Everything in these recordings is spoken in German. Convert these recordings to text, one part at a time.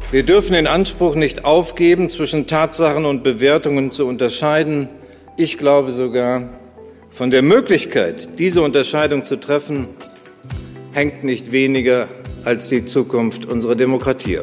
Wir dürfen den Anspruch nicht aufgeben, zwischen Tatsachen und Bewertungen zu unterscheiden. Ich glaube sogar, von der Möglichkeit, diese Unterscheidung zu treffen, hängt nicht weniger als die Zukunft unserer Demokratie ab.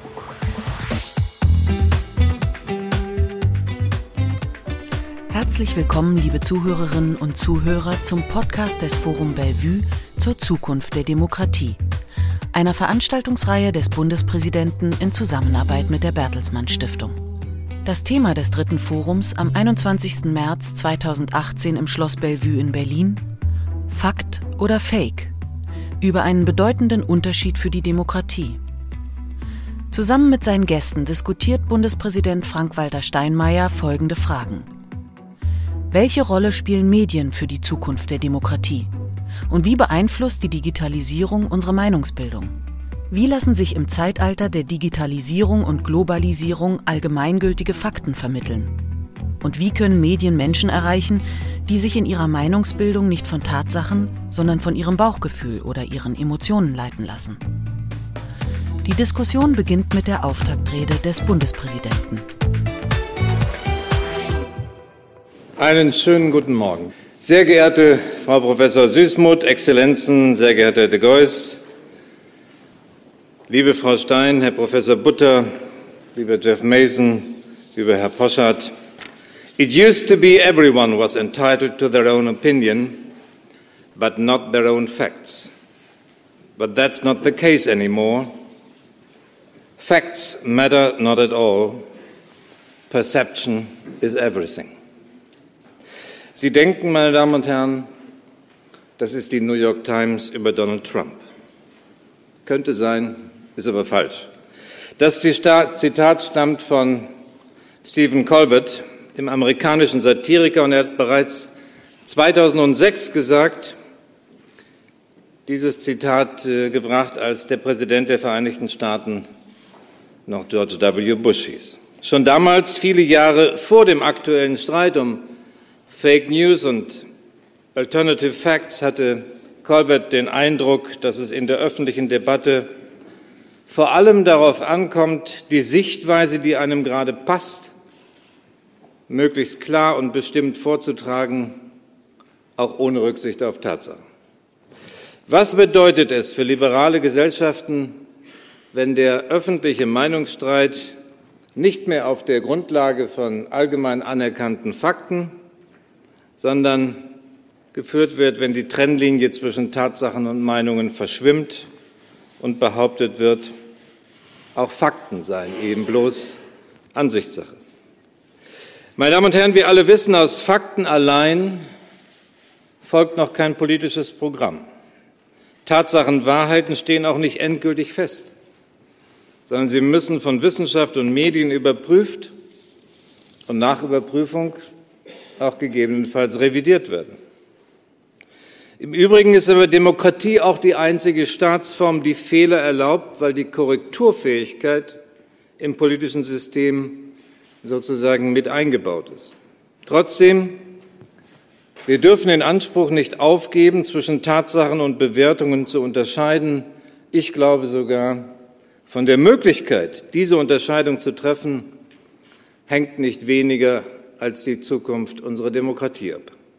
Herzlich willkommen, liebe Zuhörerinnen und Zuhörer, zum Podcast des Forum Bellevue zur Zukunft der Demokratie, einer Veranstaltungsreihe des Bundespräsidenten in Zusammenarbeit mit der Bertelsmann Stiftung. Das Thema des dritten Forums am 21. März 2018 im Schloss Bellevue in Berlin: Fakt oder Fake? Über einen bedeutenden Unterschied für die Demokratie. Zusammen mit seinen Gästen diskutiert Bundespräsident Frank-Walter Steinmeier folgende Fragen. Welche Rolle spielen Medien für die Zukunft der Demokratie? Und wie beeinflusst die Digitalisierung unsere Meinungsbildung? Wie lassen sich im Zeitalter der Digitalisierung und Globalisierung allgemeingültige Fakten vermitteln? Und wie können Medien Menschen erreichen, die sich in ihrer Meinungsbildung nicht von Tatsachen, sondern von ihrem Bauchgefühl oder ihren Emotionen leiten lassen? Die Diskussion beginnt mit der Auftaktrede des Bundespräsidenten. Einen schönen guten Morgen. Sehr geehrte Frau Professor Süßmuth, Exzellenzen, sehr geehrter Herr de Gois, liebe Frau Stein, Herr Professor Butter, lieber Jeff Mason, lieber Herr Poschardt. It used to be everyone was entitled to their own opinion, but not their own facts. But that's not the case anymore. Facts matter not at all. Perception is everything. Sie denken, meine Damen und Herren, das ist die New York Times über Donald Trump. Könnte sein, ist aber falsch. Das Zitat stammt von Stephen Colbert, dem amerikanischen Satiriker, und er hat bereits 2006 gesagt, dieses Zitat gebracht, als der Präsident der Vereinigten Staaten noch George W. Bush hieß. Schon damals, viele Jahre vor dem aktuellen Streit um Fake News und Alternative Facts, hatte Colbert den Eindruck, dass es in der öffentlichen Debatte vor allem darauf ankommt, die Sichtweise, die einem gerade passt, möglichst klar und bestimmt vorzutragen, auch ohne Rücksicht auf Tatsachen. Was bedeutet es für liberale Gesellschaften, wenn der öffentliche Meinungsstreit nicht mehr auf der Grundlage von allgemein anerkannten Fakten, sondern geführt wird, wenn die Trennlinie zwischen Tatsachen und Meinungen verschwimmt und behauptet wird, auch Fakten seien eben bloß Ansichtssache. Meine Damen und Herren, wir alle wissen, aus Fakten allein folgt noch kein politisches Programm. Tatsachen, Wahrheiten stehen auch nicht endgültig fest, sondern sie müssen von Wissenschaft und Medien überprüft und nach Überprüfung auch gegebenenfalls revidiert werden. Im Übrigen ist aber Demokratie auch die einzige Staatsform, die Fehler erlaubt, weil die Korrekturfähigkeit im politischen System sozusagen mit eingebaut ist. Trotzdem, wir dürfen den Anspruch nicht aufgeben, zwischen Tatsachen und Bewertungen zu unterscheiden. Ich glaube sogar, von der Möglichkeit, diese Unterscheidung zu treffen, hängt nicht weniger als die Zukunft unserer Demokratie ab.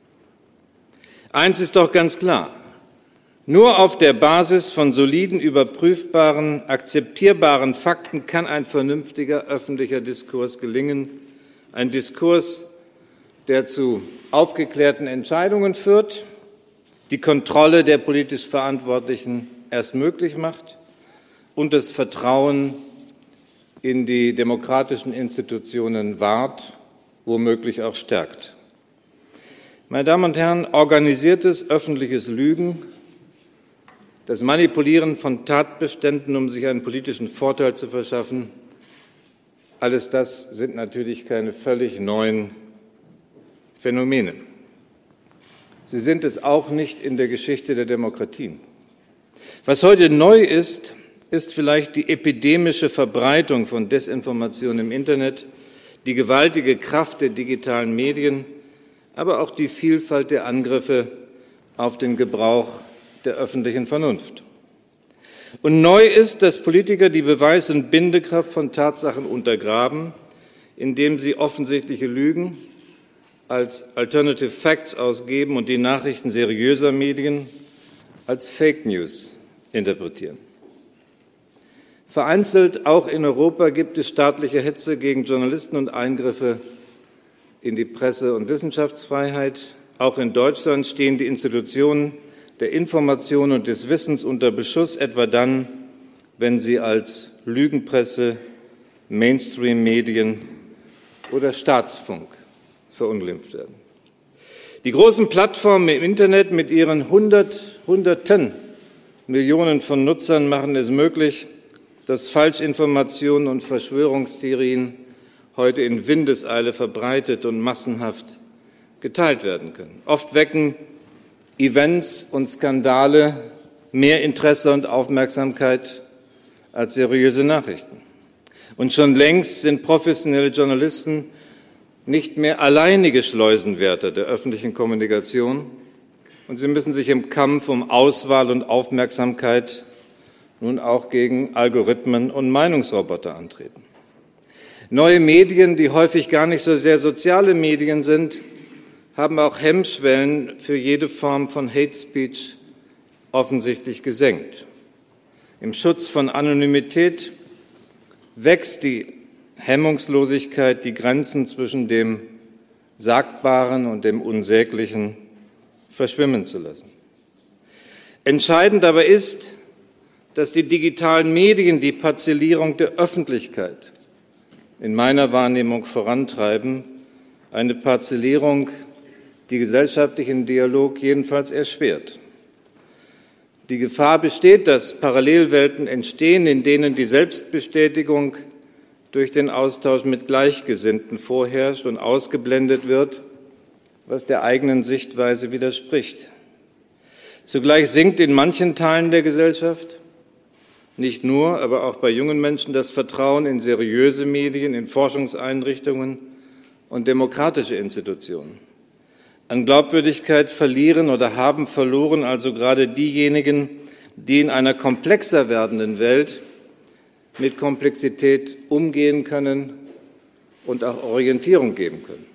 Eins ist doch ganz klar: Nur auf der Basis von soliden, überprüfbaren, akzeptierbaren Fakten kann ein vernünftiger öffentlicher Diskurs gelingen. Ein Diskurs, der zu aufgeklärten Entscheidungen führt, die Kontrolle der politisch Verantwortlichen erst möglich macht und das Vertrauen in die demokratischen Institutionen wahrt, womöglich auch stärkt. Meine Damen und Herren, organisiertes öffentliches Lügen, das Manipulieren von Tatbeständen, um sich einen politischen Vorteil zu verschaffen, alles das sind natürlich keine völlig neuen Phänomene. Sie sind es auch nicht in der Geschichte der Demokratien. Was heute neu ist, ist vielleicht die epidemische Verbreitung von Desinformation im Internet, die gewaltige Kraft der digitalen Medien, aber auch die Vielfalt der Angriffe auf den Gebrauch der öffentlichen Vernunft. Und neu ist, dass Politiker die Beweis- und Bindekraft von Tatsachen untergraben, indem sie offensichtliche Lügen als Alternative Facts ausgeben und die Nachrichten seriöser Medien als Fake News interpretieren. Vereinzelt auch in Europa gibt es staatliche Hetze gegen Journalisten und Eingriffe in die Presse- und Wissenschaftsfreiheit. Auch in Deutschland stehen die Institutionen der Information und des Wissens unter Beschuss, etwa dann, wenn sie als Lügenpresse, Mainstream-Medien oder Staatsfunk verunglimpft werden. Die großen Plattformen im Internet mit ihren Hunderten Millionen von Nutzern machen es möglich, dass Falschinformationen und Verschwörungstheorien heute in Windeseile verbreitet und massenhaft geteilt werden können. Oft wecken Events und Skandale mehr Interesse und Aufmerksamkeit als seriöse Nachrichten. Und schon längst sind professionelle Journalisten nicht mehr alleinige Schleusenwärter der öffentlichen Kommunikation, und sie müssen sich im Kampf um Auswahl und Aufmerksamkeit nun auch gegen Algorithmen und Meinungsroboter antreten. Neue Medien, die häufig gar nicht so sehr soziale Medien sind, haben auch Hemmschwellen für jede Form von Hate Speech offensichtlich gesenkt. Im Schutz von Anonymität wächst die Hemmungslosigkeit, die Grenzen zwischen dem Sagbaren und dem Unsäglichen verschwimmen zu lassen. Entscheidend aber ist, dass die digitalen Medien die Parzellierung der Öffentlichkeit in meiner Wahrnehmung vorantreiben, eine Parzellierung, die gesellschaftlichen Dialog jedenfalls erschwert. Die Gefahr besteht, dass Parallelwelten entstehen, in denen die Selbstbestätigung durch den Austausch mit Gleichgesinnten vorherrscht und ausgeblendet wird, was der eigenen Sichtweise widerspricht. Zugleich sinkt in manchen Teilen der Gesellschaft, nicht nur, aber auch bei jungen Menschen, das Vertrauen in seriöse Medien, in Forschungseinrichtungen und demokratische Institutionen. An Glaubwürdigkeit verlieren oder haben verloren also gerade diejenigen, die in einer komplexer werdenden Welt mit Komplexität umgehen können und auch Orientierung geben können.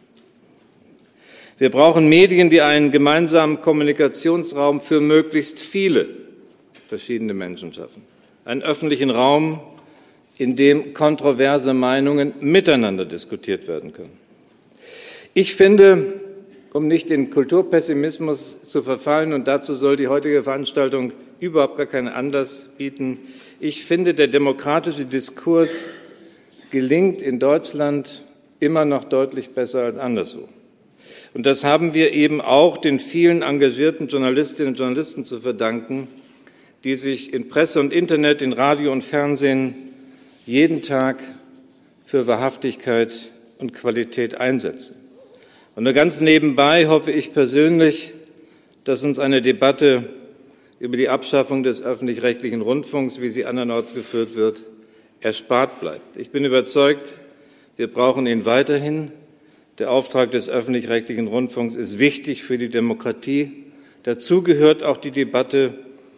Wir brauchen Medien, die einen gemeinsamen Kommunikationsraum für möglichst viele verschiedene Menschen schaffen. Einen öffentlichen Raum, in dem kontroverse Meinungen miteinander diskutiert werden können. Ich finde, um nicht in Kulturpessimismus zu verfallen, und dazu soll die heutige Veranstaltung überhaupt gar keinen Anlass bieten, ich finde, der demokratische Diskurs gelingt in Deutschland immer noch deutlich besser als anderswo. Und das haben wir eben auch den vielen engagierten Journalistinnen und Journalisten zu verdanken, die sich in Presse und Internet, in Radio und Fernsehen jeden Tag für Wahrhaftigkeit und Qualität einsetzen. Und nur ganz nebenbei hoffe ich persönlich, dass uns eine Debatte über die Abschaffung des öffentlich-rechtlichen Rundfunks, wie sie andernorts geführt wird, erspart bleibt. Ich bin überzeugt, wir brauchen ihn weiterhin. Der Auftrag des öffentlich-rechtlichen Rundfunks ist wichtig für die Demokratie. Dazu gehört auch die Debatte,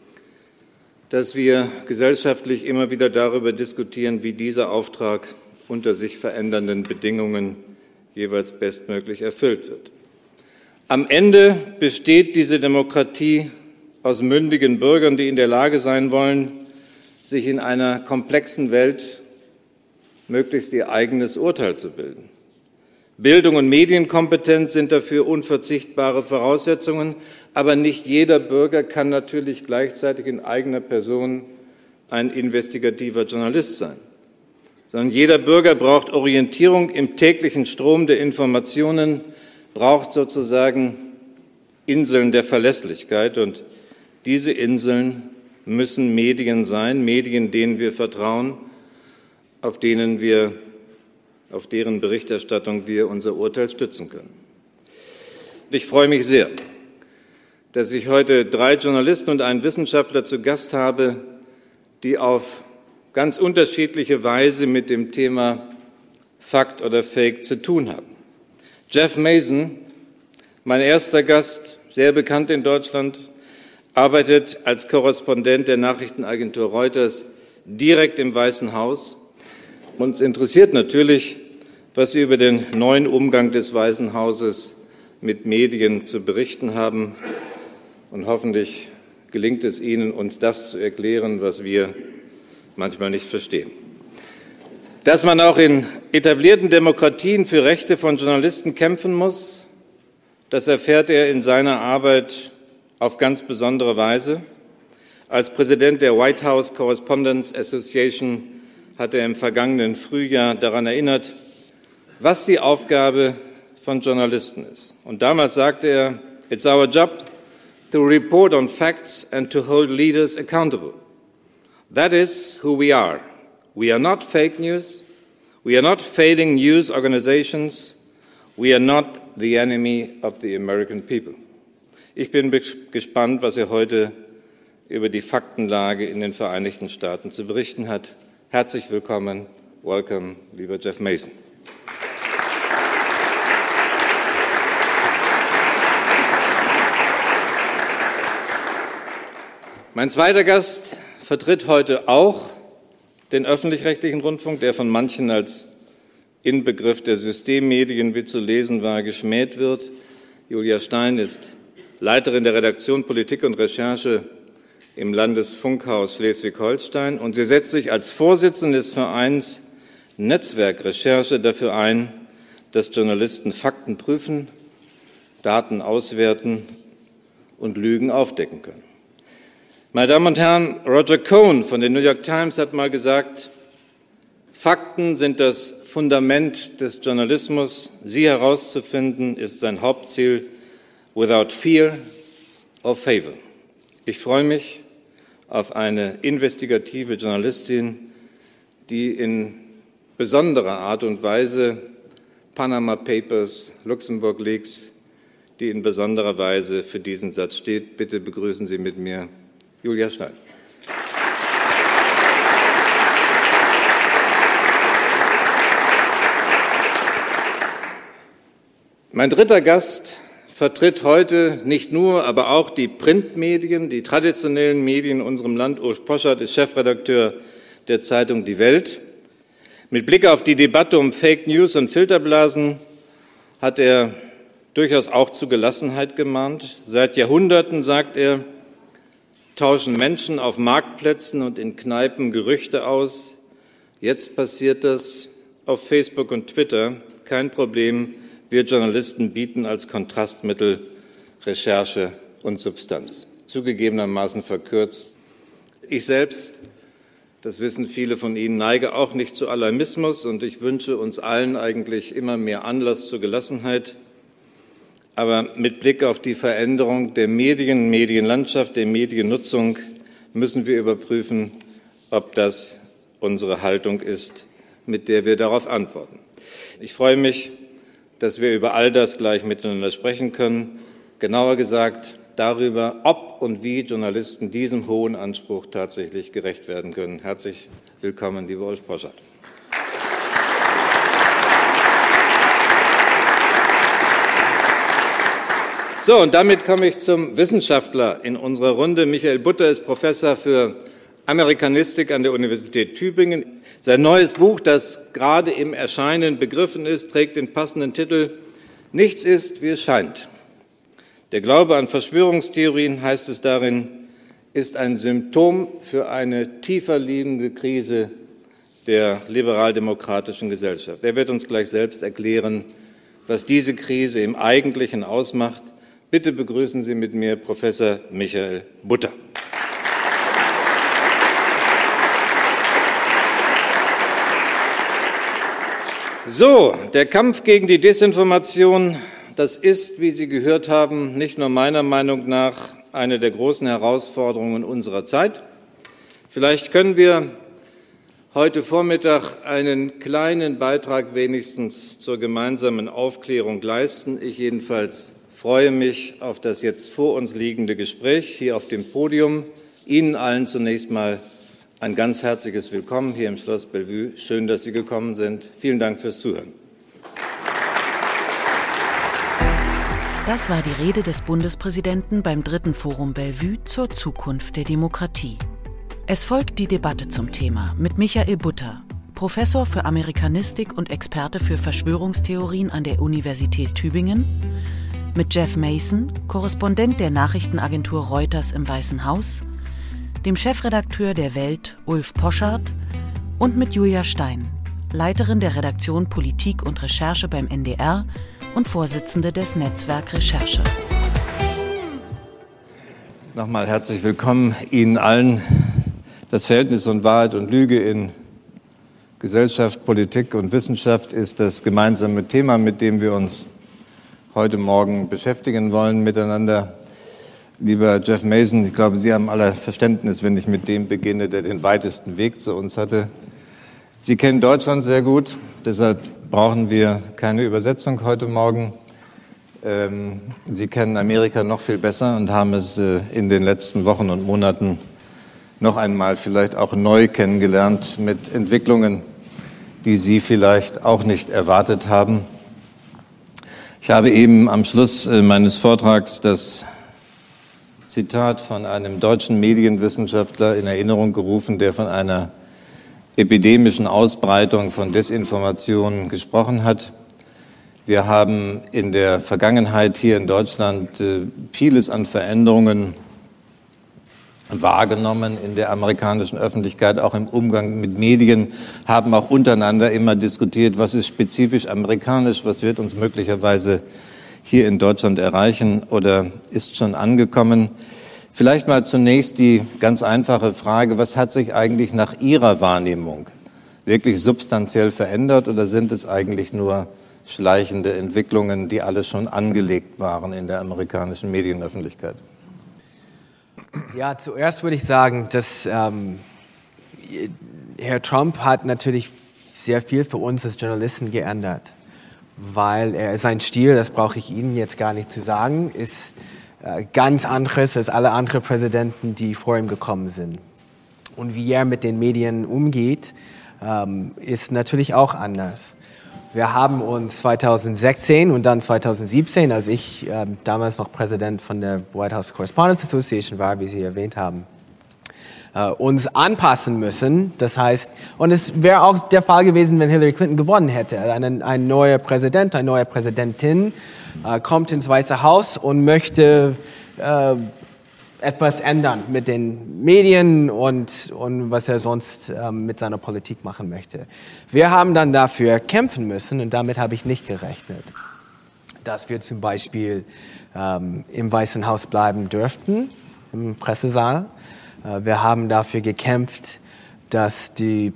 dass wir gesellschaftlich immer wieder darüber diskutieren, wie dieser Auftrag unter sich verändernden Bedingungen jeweils bestmöglich erfüllt wird. Am Ende besteht diese Demokratie aus mündigen Bürgern, die in der Lage sein wollen, sich in einer komplexen Welt möglichst ihr eigenes Urteil zu bilden. Bildung und Medienkompetenz sind dafür unverzichtbare Voraussetzungen, aber nicht jeder Bürger kann natürlich gleichzeitig in eigener Person ein investigativer Journalist sein, sondern jeder Bürger braucht Orientierung im täglichen Strom der Informationen, braucht sozusagen Inseln der Verlässlichkeit, und diese Inseln müssen Medien sein, Medien, denen wir vertrauen, auf deren Berichterstattung wir unser Urteil stützen können. Ich freue mich sehr, dass ich heute 3 Journalisten und einen Wissenschaftler zu Gast habe, die auf ganz unterschiedliche Weise mit dem Thema Fakt oder Fake zu tun haben. Jeff Mason, mein erster Gast, sehr bekannt in Deutschland, arbeitet als Korrespondent der Nachrichtenagentur Reuters direkt im Weißen Haus. Uns interessiert natürlich, was Sie über den neuen Umgang des Weißen Hauses mit Medien zu berichten haben. Und hoffentlich gelingt es Ihnen, uns das zu erklären, was wir manchmal nicht verstehen. Dass man auch in etablierten Demokratien für Rechte von Journalisten kämpfen muss, das erfährt er in seiner Arbeit auf ganz besondere Weise. Als Präsident der White House Correspondents Association hat er im vergangenen Frühjahr daran erinnert, was die Aufgabe von Journalisten ist. Und damals sagte er, "It's our job to report on facts and to hold leaders accountable. That is who we are. We are not fake news. We are not failing news organizations. We are not the enemy of the American people." Ich bin gespannt, was er heute über die Faktenlage in den Vereinigten Staaten zu berichten hat. Herzlich willkommen, welcome, lieber Jeff Mason. Mein zweiter Gast vertritt heute auch den öffentlich-rechtlichen Rundfunk, der von manchen als Inbegriff der Systemmedien, wie zu lesen war, geschmäht wird. Julia Stein ist Leiterin der Redaktion Politik und Recherche im Landesfunkhaus Schleswig-Holstein und sie setzt sich als Vorsitzende des Vereins Netzwerk Recherche dafür ein, dass Journalisten Fakten prüfen, Daten auswerten und Lügen aufdecken können. Meine Damen und Herren, Roger Cohen von der New York Times hat mal gesagt, Fakten sind das Fundament des Journalismus. Sie herauszufinden, ist sein Hauptziel, without fear or favor. Ich freue mich auf eine investigative Journalistin, die in besonderer Art und Weise Panama Papers, Luxemburg Leaks, die in besonderer Weise für diesen Satz steht. Bitte begrüßen Sie mit mir Julia Stein. Mein dritter Gast vertritt heute nicht nur, aber auch die Printmedien, die traditionellen Medien in unserem Land. Ulf Poschardt ist Chefredakteur der Zeitung Die Welt. Mit Blick auf die Debatte um Fake News und Filterblasen hat er durchaus auch zu Gelassenheit gemahnt. Seit Jahrhunderten, sagt er, tauschen Menschen auf Marktplätzen und in Kneipen Gerüchte aus. Jetzt passiert das auf Facebook und Twitter. Kein Problem. Wir Journalisten bieten als Kontrastmittel Recherche und Substanz. Zugegebenermaßen verkürzt. Ich selbst, das wissen viele von Ihnen, neige auch nicht zu Alarmismus und ich wünsche uns allen eigentlich immer mehr Anlass zur Gelassenheit. Aber mit Blick auf die Veränderung der Medienlandschaft, der Mediennutzung müssen wir überprüfen, ob das unsere Haltung ist, mit der wir darauf antworten. Ich freue mich, dass wir über all das gleich miteinander sprechen können. Genauer gesagt darüber, ob und wie Journalisten diesem hohen Anspruch tatsächlich gerecht werden können. Herzlich willkommen, lieber Ulf Poschardt. So, und damit komme ich zum Wissenschaftler in unserer Runde. Michael Butter ist Professor für Amerikanistik an der Universität Tübingen. Sein neues Buch, das gerade im Erscheinen begriffen ist, trägt den passenden Titel »Nichts ist, wie es scheint«. Der Glaube an Verschwörungstheorien, heißt es darin, ist ein Symptom für eine tiefer liegende Krise der liberaldemokratischen Gesellschaft. Er wird uns gleich selbst erklären, was diese Krise im Eigentlichen ausmacht. Bitte begrüßen Sie mit mir Professor Michael Butter. So, der Kampf gegen die Desinformation, das ist, wie Sie gehört haben, nicht nur meiner Meinung nach eine der großen Herausforderungen unserer Zeit. Vielleicht können wir heute Vormittag einen kleinen Beitrag wenigstens zur gemeinsamen Aufklärung leisten. Ich jedenfalls freue mich auf das jetzt vor uns liegende Gespräch hier auf dem Podium. Ihnen allen zunächst mal ein ganz herzliches Willkommen hier im Schloss Bellevue. Schön, dass Sie gekommen sind. Vielen Dank fürs Zuhören. Das war die Rede des Bundespräsidenten beim 3. Forum Bellevue zur Zukunft der Demokratie. Es folgt die Debatte zum Thema mit Michael Butter, Professor für Amerikanistik und Experte für Verschwörungstheorien an der Universität Tübingen, mit Jeff Mason, Korrespondent der Nachrichtenagentur Reuters im Weißen Haus, dem Chefredakteur der Welt Ulf Poschardt und mit Julia Stein, Leiterin der Redaktion Politik und Recherche beim NDR und Vorsitzende des Netzwerk Recherche. Nochmal herzlich willkommen Ihnen allen. Das Verhältnis von Wahrheit und Lüge in Gesellschaft, Politik und Wissenschaft ist das gemeinsame Thema, mit dem wir uns heute Morgen beschäftigen wollen miteinander. Lieber Jeff Mason, ich glaube, Sie haben aller Verständnis, wenn ich mit dem beginne, der den weitesten Weg zu uns hatte. Sie kennen Deutschland sehr gut, deshalb brauchen wir keine Übersetzung heute Morgen. Sie kennen Amerika noch viel besser und haben es in den letzten Wochen und Monaten noch einmal vielleicht auch neu kennengelernt mit Entwicklungen, die Sie vielleicht auch nicht erwartet haben. Ich habe eben am Schluss meines Vortrags das Zitat von einem deutschen Medienwissenschaftler in Erinnerung gerufen, der von einer epidemischen Ausbreitung von Desinformationen gesprochen hat. Wir haben in der Vergangenheit hier in Deutschland vieles an Veränderungen wahrgenommen in der amerikanischen Öffentlichkeit, auch im Umgang mit Medien, haben auch untereinander immer diskutiert, was ist spezifisch amerikanisch, was wird uns möglicherweise hier in Deutschland erreichen oder ist schon angekommen. Vielleicht mal zunächst die ganz einfache Frage, was hat sich eigentlich nach Ihrer Wahrnehmung wirklich substanziell verändert oder sind es eigentlich nur schleichende Entwicklungen, die alle schon angelegt waren in der amerikanischen Medienöffentlichkeit? Ja, zuerst würde ich sagen, dass Herr Trump hat natürlich sehr viel für uns als Journalisten geändert, weil sein Stil, das brauche ich Ihnen jetzt gar nicht zu sagen, ist ganz anderes als alle anderen Präsidenten, die vor ihm gekommen sind. Und wie er mit den Medien umgeht, ist natürlich auch anders. Wir haben uns 2016 und dann 2017, als ich damals noch Präsident von der White House Correspondents Association war, wie Sie erwähnt haben, uns anpassen müssen. Das heißt, und es wäre auch der Fall gewesen, wenn Hillary Clinton gewonnen hätte. Ein neuer Präsident, eine neue Präsidentin kommt ins Weiße Haus und möchte etwas ändern mit den Medien und was er sonst mit seiner Politik machen möchte. Wir haben dann dafür kämpfen müssen und damit habe ich nicht gerechnet, dass wir zum Beispiel im Weißen Haus bleiben dürften, im Pressesaal. Wir haben dafür gekämpft, dass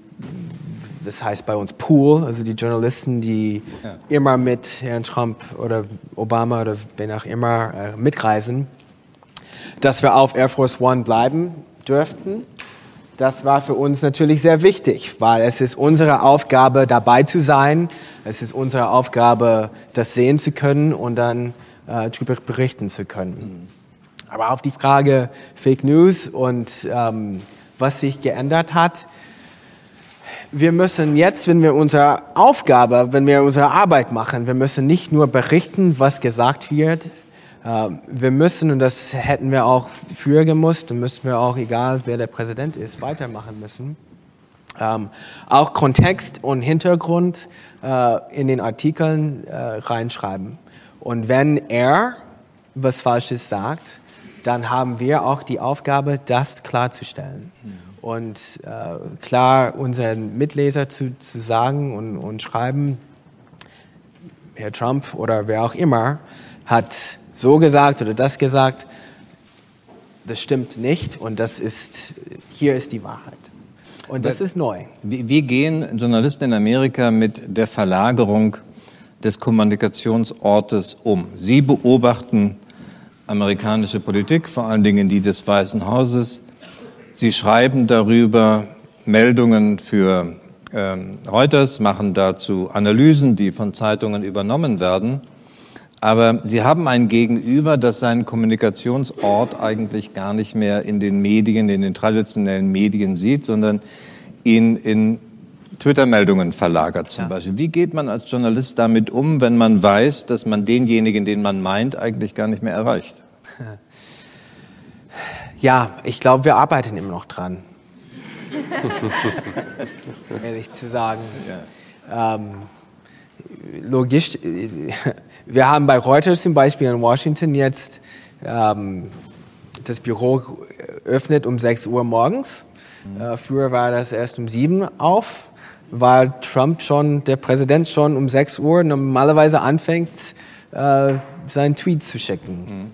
das heißt bei uns Pool, also die Journalisten, die immer mit Herrn Trump oder Obama oder wen auch immer mitreisen, dass wir auf Air Force One bleiben dürften. Das war für uns natürlich sehr wichtig, weil es ist unsere Aufgabe, dabei zu sein. Es ist unsere Aufgabe, das sehen zu können und dann darüber berichten zu können. Aber auf die Frage Fake News und was sich geändert hat, wir müssen jetzt, wenn wir unsere Arbeit machen, wir müssen nicht nur berichten, was gesagt wird. Wir müssen, und das hätten wir auch früher gemusst, und müssen wir auch, egal wer der Präsident ist, weitermachen müssen. Auch Kontext und Hintergrund in den Artikeln reinschreiben. Und wenn er was Falsches sagt, dann haben wir auch die Aufgabe, das klarzustellen. Und klar unseren Mitleser zu sagen und schreiben, Herr Trump oder wer auch immer hat so gesagt oder das gesagt, das stimmt nicht und hier ist die Wahrheit. Und das ist neu. Wie gehen Journalisten in Amerika mit der Verlagerung des Kommunikationsortes um? Sie beobachten amerikanische Politik, vor allen Dingen die des Weißen Hauses. Sie schreiben darüber Meldungen für Reuters, machen dazu Analysen, die von Zeitungen übernommen werden. Aber Sie haben ein Gegenüber, das seinen Kommunikationsort eigentlich gar nicht mehr in den Medien, in den traditionellen Medien sieht, sondern ihn in Twitter-Meldungen verlagert zum Beispiel. Wie geht man als Journalist damit um, wenn man weiß, dass man denjenigen, den man meint, eigentlich gar nicht mehr erreicht? Ja, ich glaube, wir arbeiten immer noch dran. Ehrlich zu sagen. Ja. Logisch, wir haben bei Reuters zum Beispiel in Washington jetzt das Büro öffnet um 6 Uhr morgens. Früher war das erst um 7 auf, weil der Präsident schon um 6 Uhr normalerweise anfängt, seinen Tweet zu schicken.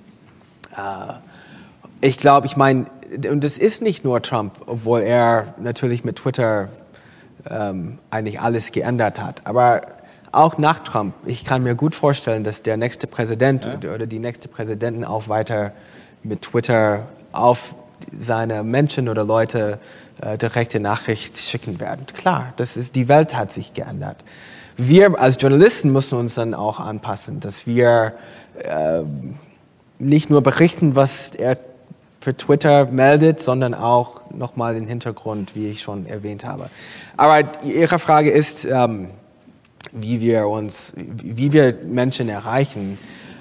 Ich meine, und es ist nicht nur Trump, obwohl er natürlich mit Twitter eigentlich alles geändert hat. Aber auch nach Trump, ich kann mir gut vorstellen, dass der nächste Präsident oder die nächste Präsidentin auch weiter mit Twitter auf seine Menschen oder Leute direkte Nachrichten schicken werden. Klar, die Welt hat sich geändert. Wir als Journalisten müssen uns dann auch anpassen, dass wir nicht nur berichten, was er für Twitter meldet, sondern auch nochmal den Hintergrund, wie ich schon erwähnt habe. Aber Ihre Frage ist, wie wir Menschen erreichen.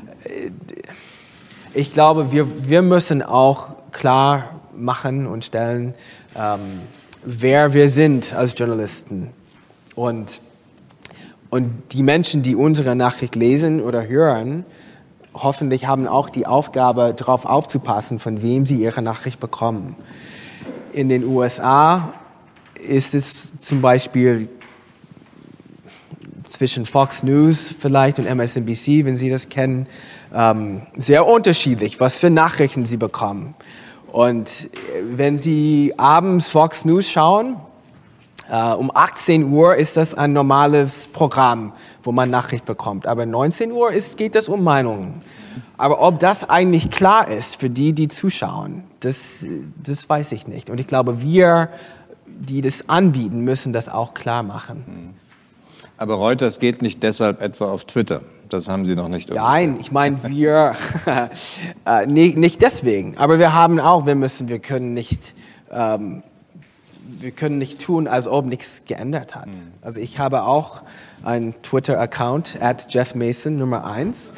Ich glaube, wir müssen auch klar machen und stellen, wer wir sind als Journalisten. Und die Menschen, die unsere Nachricht lesen oder hören, hoffentlich haben auch die Aufgabe, darauf aufzupassen, von wem sie ihre Nachricht bekommen. In den USA ist es zum Beispiel zwischen Fox News vielleicht und MSNBC, wenn Sie das kennen, sehr unterschiedlich, was für Nachrichten Sie bekommen. Und wenn Sie abends Fox News schauen, um 18 Uhr ist das ein normales Programm, wo man Nachricht bekommt. Aber 19 Uhr geht es um Meinungen. Aber ob das eigentlich klar ist für die zuschauen, das weiß ich nicht. Und ich glaube, wir, die das anbieten, müssen das auch klar machen. Aber Reuters geht nicht deshalb etwa auf Twitter. Das haben Sie noch nicht umgesetzt. Nein, ich meine, wir nicht deswegen. Aber wir können nicht tun, als ob nichts geändert hat. Also ich habe auch einen Twitter-Account @JeffMason Nummer 1.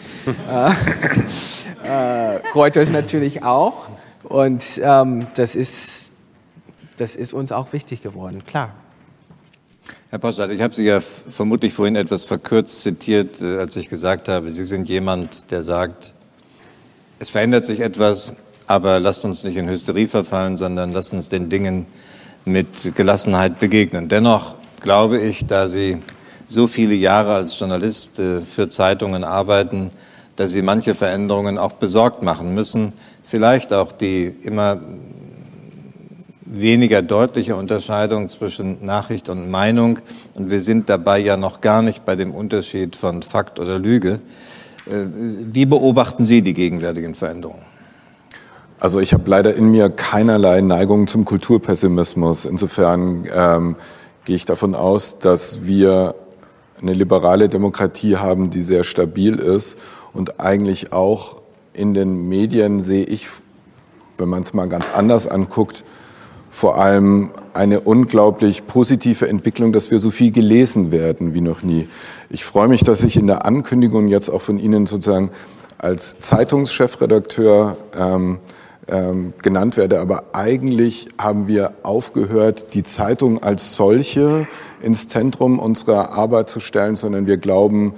Reuters natürlich auch. Und das ist uns auch wichtig geworden, klar. Herr Poststadt, ich habe Sie ja vermutlich vorhin etwas verkürzt zitiert, als ich gesagt habe, Sie sind jemand, der sagt, es verändert sich etwas, aber lasst uns nicht in Hysterie verfallen, sondern lasst uns den Dingen mit Gelassenheit begegnen. Dennoch glaube ich, da Sie so viele Jahre als Journalist für Zeitungen arbeiten, dass Sie manche Veränderungen auch besorgt machen müssen, vielleicht auch die immer weniger deutliche Unterscheidung zwischen Nachricht und Meinung. Und wir sind dabei ja noch gar nicht bei dem Unterschied von Fakt oder Lüge. Wie beobachten Sie die gegenwärtigen Veränderungen? Also ich habe leider in mir keinerlei Neigung zum Kulturpessimismus. Insofern gehe ich davon aus, dass wir eine liberale Demokratie haben, die sehr stabil ist. Und eigentlich auch in den Medien sehe ich, wenn man es mal ganz anders anguckt, vor allem eine unglaublich positive Entwicklung, dass wir so viel gelesen werden wie noch nie. Ich freue mich, dass ich in der Ankündigung jetzt auch von Ihnen sozusagen als Zeitungschefredakteur genannt werde. Aber eigentlich haben wir aufgehört, die Zeitung als solche ins Zentrum unserer Arbeit zu stellen, sondern wir glauben,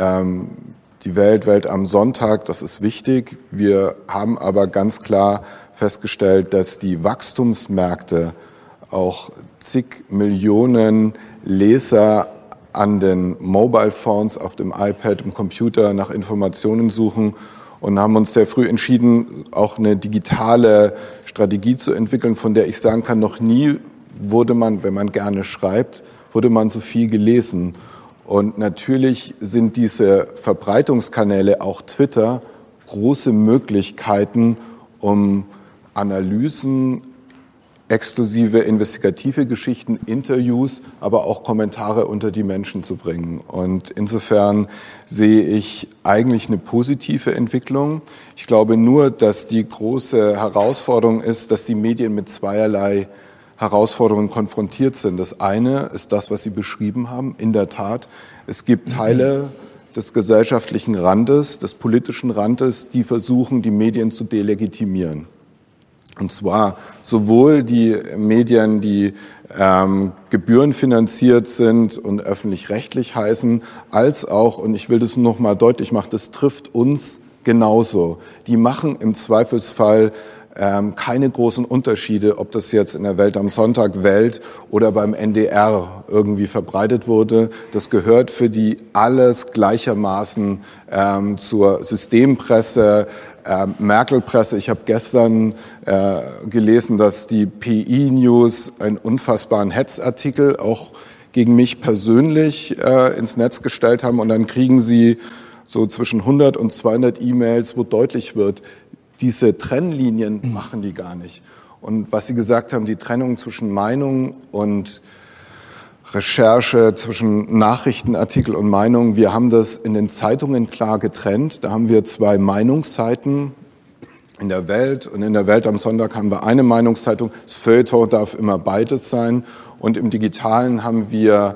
die Welt am Sonntag, das ist wichtig. Wir haben aber ganz klar festgestellt, dass die Wachstumsmärkte auch zig Millionen Leser an den Mobile Phones, auf dem iPad, im Computer nach Informationen suchen und haben uns sehr früh entschieden, auch eine digitale Strategie zu entwickeln, von der ich sagen kann, noch nie wurde man, wenn man gerne schreibt, wurde man so viel gelesen. Und natürlich sind diese Verbreitungskanäle, auch Twitter, große Möglichkeiten, um Analysen, exklusive investigative Geschichten, Interviews, aber auch Kommentare unter die Menschen zu bringen. Und insofern sehe ich eigentlich eine positive Entwicklung. Ich glaube nur, dass die große Herausforderung ist, dass die Medien mit zweierlei Herausforderungen konfrontiert sind. Das eine ist das, was Sie beschrieben haben. In der Tat, es gibt Teile des gesellschaftlichen Randes, des politischen Randes, die versuchen, die Medien zu delegitimieren. Und zwar sowohl die Medien, die gebührenfinanziert sind und öffentlich-rechtlich heißen, als auch, und ich will das noch mal deutlich machen, das trifft uns genauso. Die machen im Zweifelsfall keine großen Unterschiede, ob das jetzt in der Welt am Sonntag, Welt oder beim NDR irgendwie verbreitet wurde. Das gehört für die alles gleichermaßen zur Systempresse, Merkel-Presse. Ich habe gestern gelesen, dass die PI News einen unfassbaren Hetzartikel auch gegen mich persönlich ins Netz gestellt haben. Und dann kriegen sie so zwischen 100 und 200 E-Mails, wo deutlich wird, diese Trennlinien machen die gar nicht. Und was Sie gesagt haben, die Trennung zwischen Meinung und Recherche, zwischen Nachrichtenartikel und Meinung, wir haben das in den Zeitungen klar getrennt. Da haben wir 2 Meinungsseiten in der Welt und in der Welt am Sonntag haben wir eine Meinungszeitung. Das Feuilleton darf immer beides sein. Und im Digitalen haben wir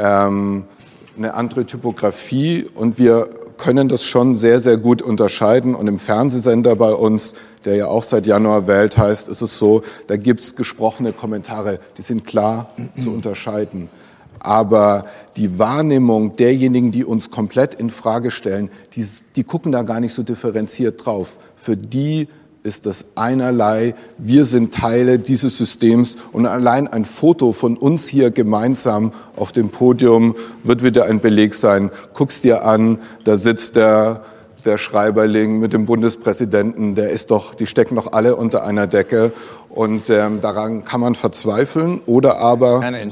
eine andere Typografie und wir können das schon sehr, sehr gut unterscheiden. Und im Fernsehsender bei uns, der ja auch seit Januar Welt heißt, ist es so, da gibt's gesprochene Kommentare, die sind klar zu unterscheiden. Aber die Wahrnehmung derjenigen, die uns komplett in Frage stellen, die gucken da gar nicht so differenziert drauf. Für die ist das einerlei, wir sind Teile dieses Systems und allein ein Foto von uns hier gemeinsam auf dem Podium wird wieder ein Beleg sein. Guck's dir an, da sitzt der Schreiberling mit dem Bundespräsidenten, die stecken doch alle unter einer Decke und daran kann man verzweifeln oder aber eine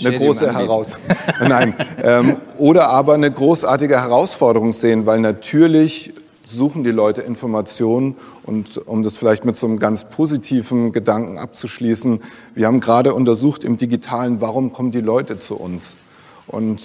großartige Herausforderung sehen, weil natürlich suchen die Leute Informationen und um das vielleicht mit so einem ganz positiven Gedanken abzuschließen, wir haben gerade untersucht im Digitalen, warum kommen die Leute zu uns? Und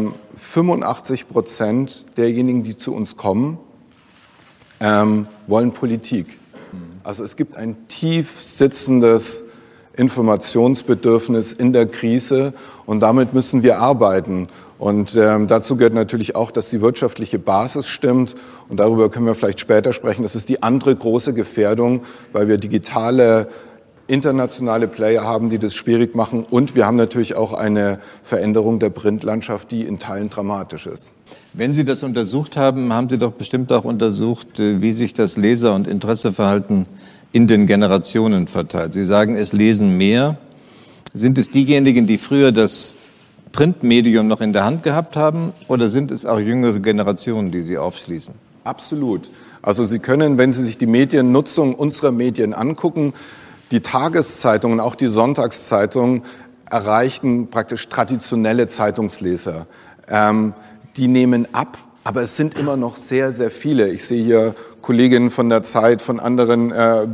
85% derjenigen, die zu uns kommen, wollen Politik. Also es gibt ein tief sitzendes Informationsbedürfnis in der Krise und damit müssen wir arbeiten. Und dazu gehört natürlich auch, dass die wirtschaftliche Basis stimmt. Und darüber können wir vielleicht später sprechen. Das ist die andere große Gefährdung, weil wir digitale, internationale Player haben, die das schwierig machen. Und wir haben natürlich auch eine Veränderung der Printlandschaft, die in Teilen dramatisch ist. Wenn Sie das untersucht haben, haben Sie doch bestimmt auch untersucht, wie sich das Leser- und Interesseverhalten in den Generationen verteilt. Sie sagen, es lesen mehr. Sind es diejenigen, die früher das Printmedium noch in der Hand gehabt haben, oder sind es auch jüngere Generationen, die Sie aufschließen? Absolut. Also Sie können, wenn Sie sich die Mediennutzung unserer Medien angucken, die Tageszeitungen, auch die Sonntagszeitungen erreichen praktisch traditionelle Zeitungsleser. Die nehmen ab, aber es sind immer noch sehr, sehr viele. Ich sehe hier Kolleginnen von der Zeit, von anderen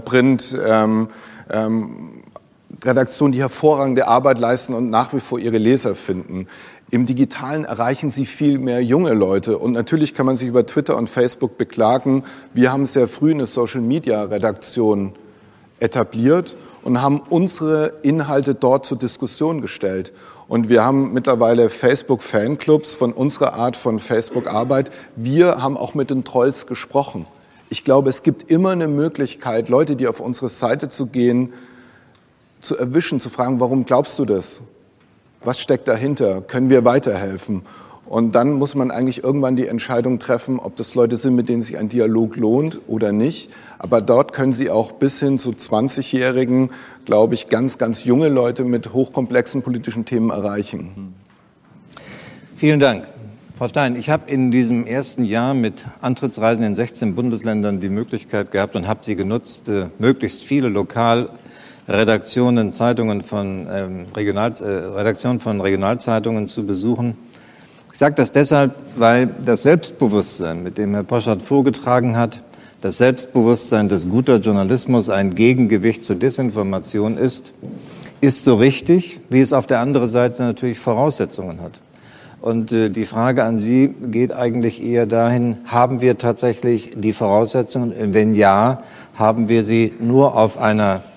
Redaktionen, die hervorragende Arbeit leisten und nach wie vor ihre Leser finden. Im Digitalen erreichen sie viel mehr junge Leute. Und natürlich kann man sich über Twitter und Facebook beklagen. Wir haben sehr früh eine Social-Media-Redaktion etabliert und haben unsere Inhalte dort zur Diskussion gestellt. Und wir haben mittlerweile Facebook-Fanclubs von unserer Art von Facebook-Arbeit. Wir haben auch mit den Trolls gesprochen. Ich glaube, es gibt immer eine Möglichkeit, Leute, die auf unsere Seite zu gehen, zu erwischen, zu fragen, warum glaubst du das? Was steckt dahinter? Können wir weiterhelfen? Und dann muss man eigentlich irgendwann die Entscheidung treffen, ob das Leute sind, mit denen sich ein Dialog lohnt oder nicht. Aber dort können Sie auch bis hin zu 20-Jährigen, glaube ich, ganz, ganz junge Leute mit hochkomplexen politischen Themen erreichen. Vielen Dank. Frau Stein, ich habe in diesem ersten Jahr mit Antrittsreisen in 16 Bundesländern die Möglichkeit gehabt und habe sie genutzt, möglichst viele Lokalredaktionen, Zeitungen von Redaktionen von Regionalzeitungen zu besuchen. Ich sage das deshalb, weil das Selbstbewusstsein, mit dem Herr Poschardt vorgetragen hat, das Selbstbewusstsein, dass guter Journalismus ein Gegengewicht zur Desinformation ist so richtig, wie es auf der anderen Seite natürlich Voraussetzungen hat. Und die Frage an Sie geht eigentlich eher dahin, haben wir tatsächlich die Voraussetzungen? Wenn ja, haben wir sie nur auf einer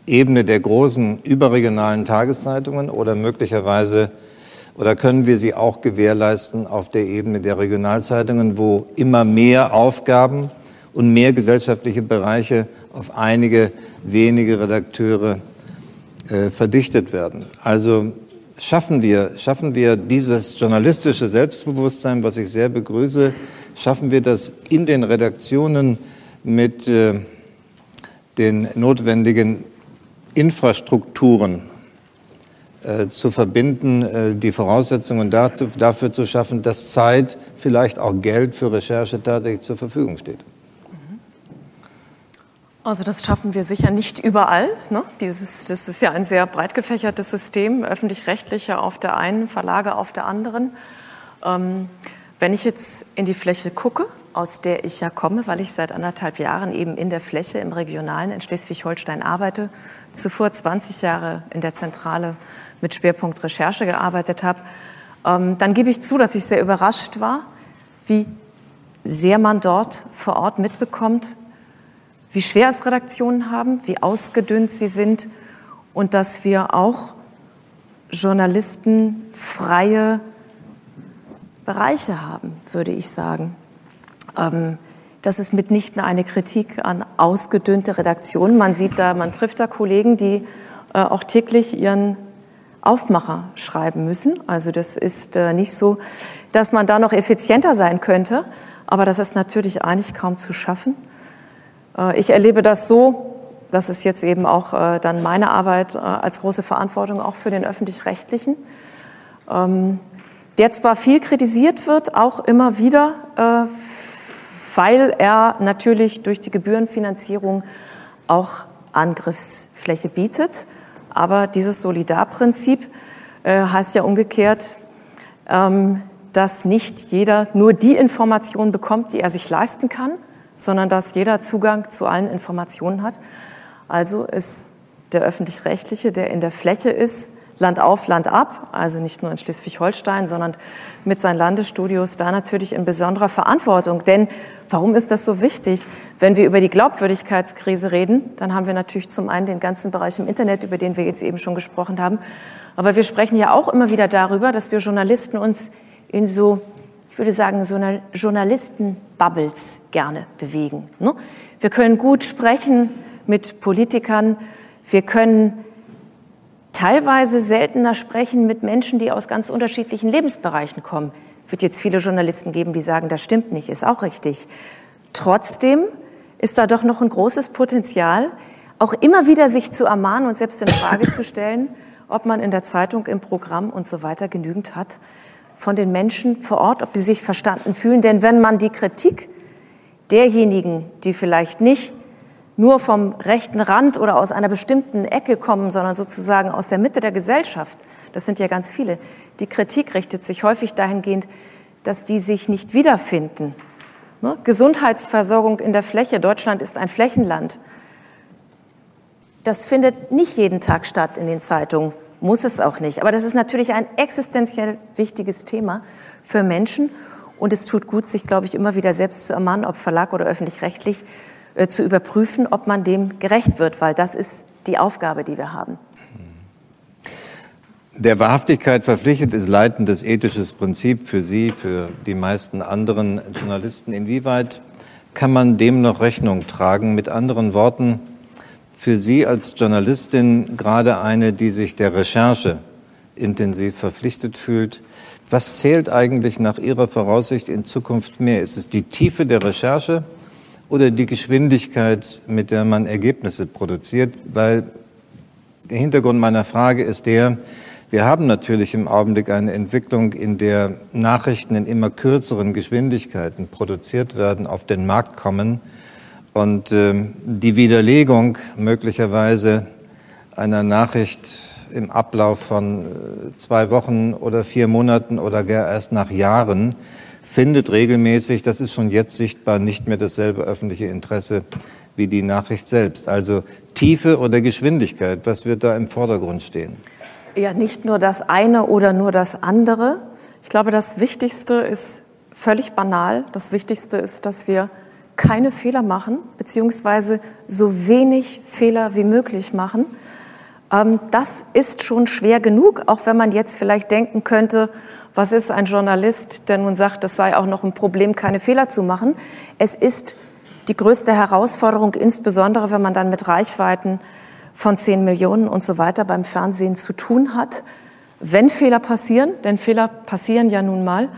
Ebene der großen überregionalen Tageszeitungen oder möglicherweise, oder können wir sie auch gewährleisten auf der Ebene der Regionalzeitungen, wo immer mehr Aufgaben und mehr gesellschaftliche Bereiche auf einige wenige Redakteure verdichtet werden. Also schaffen wir dieses journalistische Selbstbewusstsein, was ich sehr begrüße, schaffen wir das in den Redaktionen mit den notwendigen Infrastrukturen zu verbinden, die Voraussetzungen dafür zu schaffen, dass Zeit, vielleicht auch Geld für Recherche tatsächlich zur Verfügung steht. Also das schaffen wir sicher nicht überall. Ne? Das ist ja ein sehr breit gefächertes System, öffentlich-rechtliche auf der einen, Verlage auf der anderen. Wenn ich jetzt in die Fläche gucke, aus der ich ja komme, weil ich seit 1,5 Jahren eben in der Fläche im Regionalen in Schleswig-Holstein arbeite, zuvor 20 Jahre in der Zentrale mit Schwerpunkt Recherche gearbeitet habe, dann gebe ich zu, dass ich sehr überrascht war, wie sehr man dort vor Ort mitbekommt, wie schwer es Redaktionen haben, wie ausgedünnt sie sind und dass wir auch journalistenfreie Bereiche haben, würde ich sagen. Das ist mitnichten eine Kritik an ausgedünnte Redaktionen. Man trifft da Kollegen, die auch täglich ihren Aufmacher schreiben müssen. Also das ist nicht so, dass man da noch effizienter sein könnte, aber das ist natürlich eigentlich kaum zu schaffen. Ich erlebe das so, das ist jetzt eben auch dann meine Arbeit als große Verantwortung auch für den Öffentlich-Rechtlichen, der zwar viel kritisiert wird, auch immer wieder, weil er natürlich durch die Gebührenfinanzierung auch Angriffsfläche bietet. Aber dieses Solidarprinzip heißt ja umgekehrt, dass nicht jeder nur die Informationen bekommt, die er sich leisten kann, sondern dass jeder Zugang zu allen Informationen hat. Also ist der Öffentlich-Rechtliche, der in der Fläche ist, Land auf, Land ab, also nicht nur in Schleswig-Holstein, sondern mit seinen Landesstudios da natürlich in besonderer Verantwortung. Denn warum ist das so wichtig? Wenn wir über die Glaubwürdigkeitskrise reden, dann haben wir natürlich zum einen den ganzen Bereich im Internet, über den wir jetzt eben schon gesprochen haben. Aber wir sprechen ja auch immer wieder darüber, dass wir Journalisten uns in so, ich würde sagen, so einer Journalisten-Bubbles gerne bewegen. Wir können gut sprechen mit Politikern, wir können teilweise seltener sprechen mit Menschen, die aus ganz unterschiedlichen Lebensbereichen kommen. Es wird jetzt viele Journalisten geben, die sagen, das stimmt nicht, ist auch richtig. Trotzdem ist da doch noch ein großes Potenzial, auch immer wieder sich zu ermahnen und selbst in Frage zu stellen, ob man in der Zeitung, im Programm und so weiter genügend hat von den Menschen vor Ort, ob die sich verstanden fühlen. Denn wenn man die Kritik derjenigen, die vielleicht nicht nur vom rechten Rand oder aus einer bestimmten Ecke kommen, sondern sozusagen aus der Mitte der Gesellschaft, das sind ja ganz viele, die Kritik richtet sich häufig dahingehend, dass die sich nicht wiederfinden. Gesundheitsversorgung in der Fläche, Deutschland ist ein Flächenland. Das findet nicht jeden Tag statt in den Zeitungen, muss es auch nicht. Aber das ist natürlich ein existenziell wichtiges Thema für Menschen. Und es tut gut, sich, glaube ich, immer wieder selbst zu ermahnen, ob Verlag oder öffentlich-rechtlich, zu überprüfen, ob man dem gerecht wird, weil das ist die Aufgabe, die wir haben. Der Wahrhaftigkeit verpflichtet ist leitendes ethisches Prinzip für Sie, für die meisten anderen Journalisten. Inwieweit kann man dem noch Rechnung tragen? Mit anderen Worten, für Sie als Journalistin, gerade eine, die sich der Recherche intensiv verpflichtet fühlt, was zählt eigentlich nach Ihrer Voraussicht in Zukunft mehr? Ist es die Tiefe der Recherche oder die Geschwindigkeit, mit der man Ergebnisse produziert? Weil der Hintergrund meiner Frage ist der, wir haben natürlich im Augenblick eine Entwicklung, in der Nachrichten in immer kürzeren Geschwindigkeiten produziert werden, auf den Markt kommen und die Widerlegung möglicherweise einer Nachricht im Ablauf von 2 Wochen oder 4 Monaten oder gar erst nach Jahren findet regelmäßig, das ist schon jetzt sichtbar, nicht mehr dasselbe öffentliche Interesse wie die Nachricht selbst. Also Tiefe oder Geschwindigkeit, was wird da im Vordergrund stehen? Ja, nicht nur das eine oder nur das andere. Ich glaube, das Wichtigste ist völlig banal. Das Wichtigste ist, dass wir keine Fehler machen, beziehungsweise so wenig Fehler wie möglich machen. Das ist schon schwer genug, auch wenn man jetzt vielleicht denken könnte, was ist ein Journalist, der nun sagt, es sei auch noch ein Problem, keine Fehler zu machen. Es ist die größte Herausforderung, insbesondere wenn man dann mit Reichweiten von 10 Millionen und so weiter beim Fernsehen zu tun hat. Wenn Fehler passieren, denn Fehler passieren ja nun mal,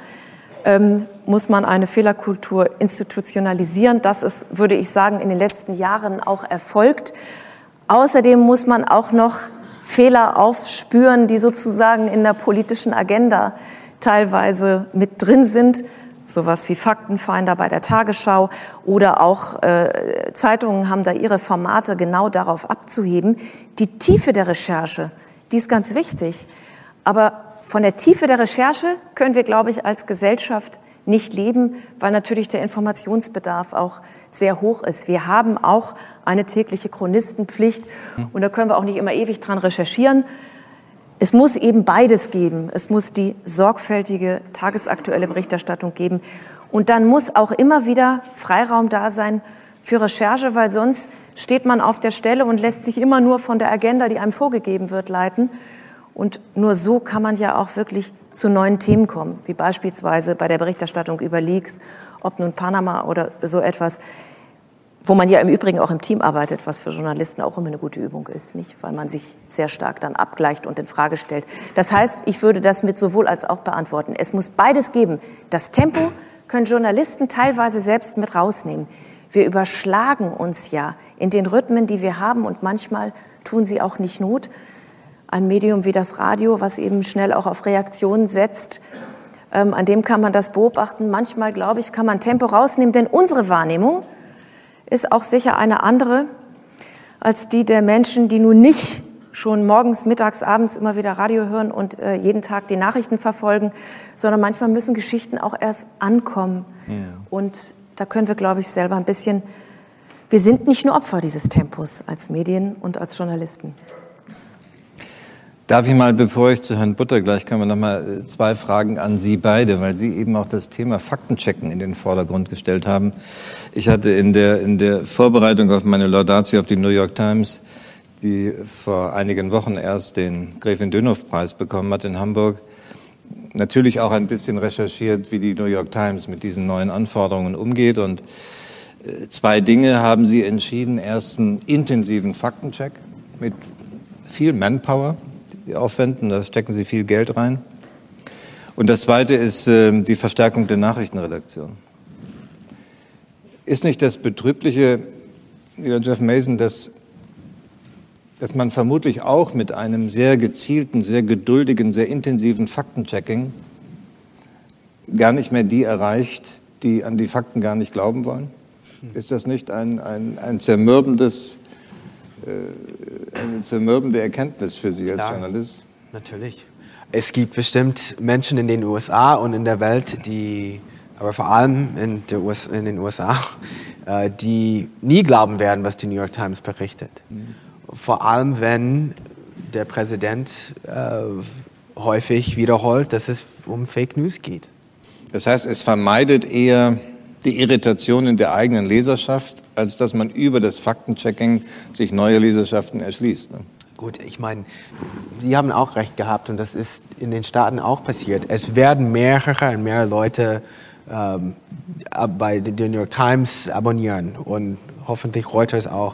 muss man eine Fehlerkultur institutionalisieren. Das ist, würde ich sagen, in den letzten Jahren auch erfolgt. Außerdem muss man auch noch Fehler aufspüren, die sozusagen in der politischen Agenda teilweise mit drin sind. Sowas wie Faktenfinder bei der Tagesschau oder auch Zeitungen haben da ihre Formate genau darauf abzuheben. Die Tiefe der Recherche, die ist ganz wichtig. Aber von der Tiefe der Recherche können wir, glaube ich, als Gesellschaft nicht leben, weil natürlich der Informationsbedarf auch sehr hoch ist. Wir haben auch eine tägliche Chronistenpflicht und da können wir auch nicht immer ewig dran recherchieren. Es muss eben beides geben. Es muss die sorgfältige, tagesaktuelle Berichterstattung geben. Und dann muss auch immer wieder Freiraum da sein für Recherche, weil sonst steht man auf der Stelle und lässt sich immer nur von der Agenda, die einem vorgegeben wird, leiten. Und nur so kann man ja auch wirklich zu neuen Themen kommen, wie beispielsweise bei der Berichterstattung über Leaks, ob nun Panama oder so etwas, wo man ja im Übrigen auch im Team arbeitet, was für Journalisten auch immer eine gute Übung ist, nicht? Weil man sich sehr stark dann abgleicht und in Frage stellt. Das heißt, ich würde das mit sowohl als auch beantworten. Es muss beides geben. Das Tempo können Journalisten teilweise selbst mit rausnehmen. Wir überschlagen uns ja in den Rhythmen, die wir haben, und manchmal tun sie auch nicht Not. Ein Medium wie das Radio, was eben schnell auch auf Reaktionen setzt, an dem kann man das beobachten. Manchmal, glaube ich, kann man Tempo rausnehmen, denn unsere Wahrnehmung ist auch sicher eine andere als die der Menschen, die nun nicht schon morgens, mittags, abends immer wieder Radio hören und jeden Tag die Nachrichten verfolgen, sondern manchmal müssen Geschichten auch erst ankommen. Ja. Und da können wir, glaube ich, selber ein bisschen, wir sind nicht nur Opfer dieses Tempos als Medien und als Journalisten. Darf ich mal, bevor ich zu Herrn Butter gleich komme, noch mal 2 Fragen an Sie beide, weil Sie eben auch das Thema Faktenchecken in den Vordergrund gestellt haben. Ich hatte in der Vorbereitung auf meine Laudatio auf die New York Times, die vor einigen Wochen erst den Gräfin Dönhoff-Preis bekommen hat in Hamburg, natürlich auch ein bisschen recherchiert, wie die New York Times mit diesen neuen Anforderungen umgeht. Und 2 Dinge haben Sie entschieden. Erst einen intensiven Faktencheck mit viel Manpower, die aufwenden, da stecken Sie viel Geld rein. Und das Zweite ist die Verstärkung der Nachrichtenredaktion. Ist nicht das Betrübliche, lieber Jeff Mason, dass man vermutlich auch mit einem sehr gezielten, sehr geduldigen, sehr intensiven Faktenchecking gar nicht mehr die erreicht, die an die Fakten gar nicht glauben wollen? Ist das nicht eine zermürbende Erkenntnis für Sie als Journalist? Natürlich. Es gibt bestimmt Menschen in den USA und in der Welt, aber vor allem in den USA, die nie glauben werden, was die New York Times berichtet. Vor allem, wenn der Präsident häufig wiederholt, dass es um Fake News geht. Das heißt, es vermeidet eher die Irritation in der eigenen Leserschaft, als dass man über das Faktenchecking sich neue Leserschaften erschließt. Ne? Gut, ich meine, Sie haben auch recht gehabt und das ist in den Staaten auch passiert. Es werden mehrere und mehr Leute bei der New York Times abonnieren und hoffentlich Reuters auch.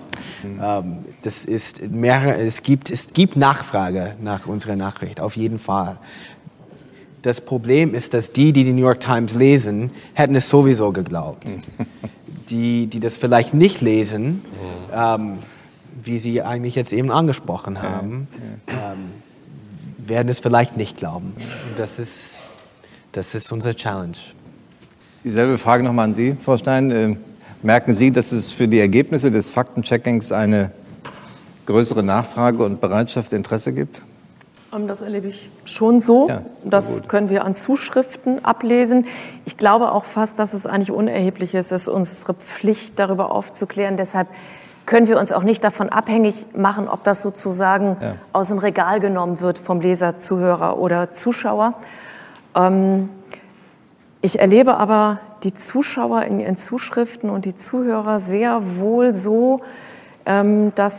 Es gibt Nachfrage nach unserer Nachricht, auf jeden Fall. Das Problem ist, dass die New York Times lesen, hätten es sowieso geglaubt. Die das vielleicht nicht lesen, wie Sie eigentlich jetzt eben angesprochen haben, werden es vielleicht nicht glauben. Und das ist unser Challenge. Dieselbe Frage nochmal an Sie, Frau Stein. Merken Sie, dass es für die Ergebnisse des Faktencheckings eine größere Nachfrage und Bereitschaft, Interesse gibt? Das erlebe ich schon so. Ja, das können wir an Zuschriften ablesen. Ich glaube auch fast, dass es eigentlich unerheblich ist. Es ist unsere Pflicht, darüber aufzuklären. Deshalb können wir uns auch nicht davon abhängig machen, ob das sozusagen aus dem Regal genommen wird vom Leser, Zuhörer oder Zuschauer. Ich erlebe aber die Zuschauer in ihren Zuschriften und die Zuhörer sehr wohl so, dass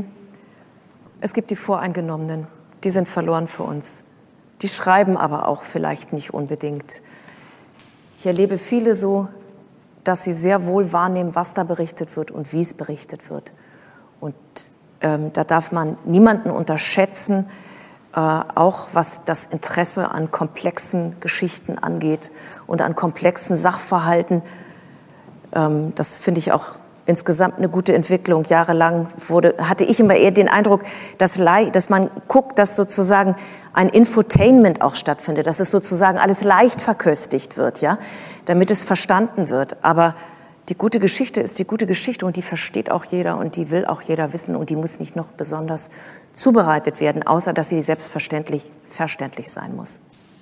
es gibt die Voreingenommenen, die sind verloren für uns. Die schreiben aber auch vielleicht nicht unbedingt. Ich erlebe viele so, dass sie sehr wohl wahrnehmen, was da berichtet wird und wie es berichtet wird. Und da darf man niemanden unterschätzen, auch was das Interesse an komplexen Geschichten angeht und an komplexen Sachverhalten. Das finde ich auch insgesamt eine gute Entwicklung. Jahrelang hatte ich immer eher den Eindruck, dass man guckt, dass sozusagen ein Infotainment auch stattfindet, dass es sozusagen alles leicht verköstigt wird, ja, damit es verstanden wird. Aber die gute Geschichte ist die gute Geschichte und die versteht auch jeder und die will auch jeder wissen und die muss nicht noch besonders zubereitet werden, außer dass sie selbstverständlich verständlich sein muss.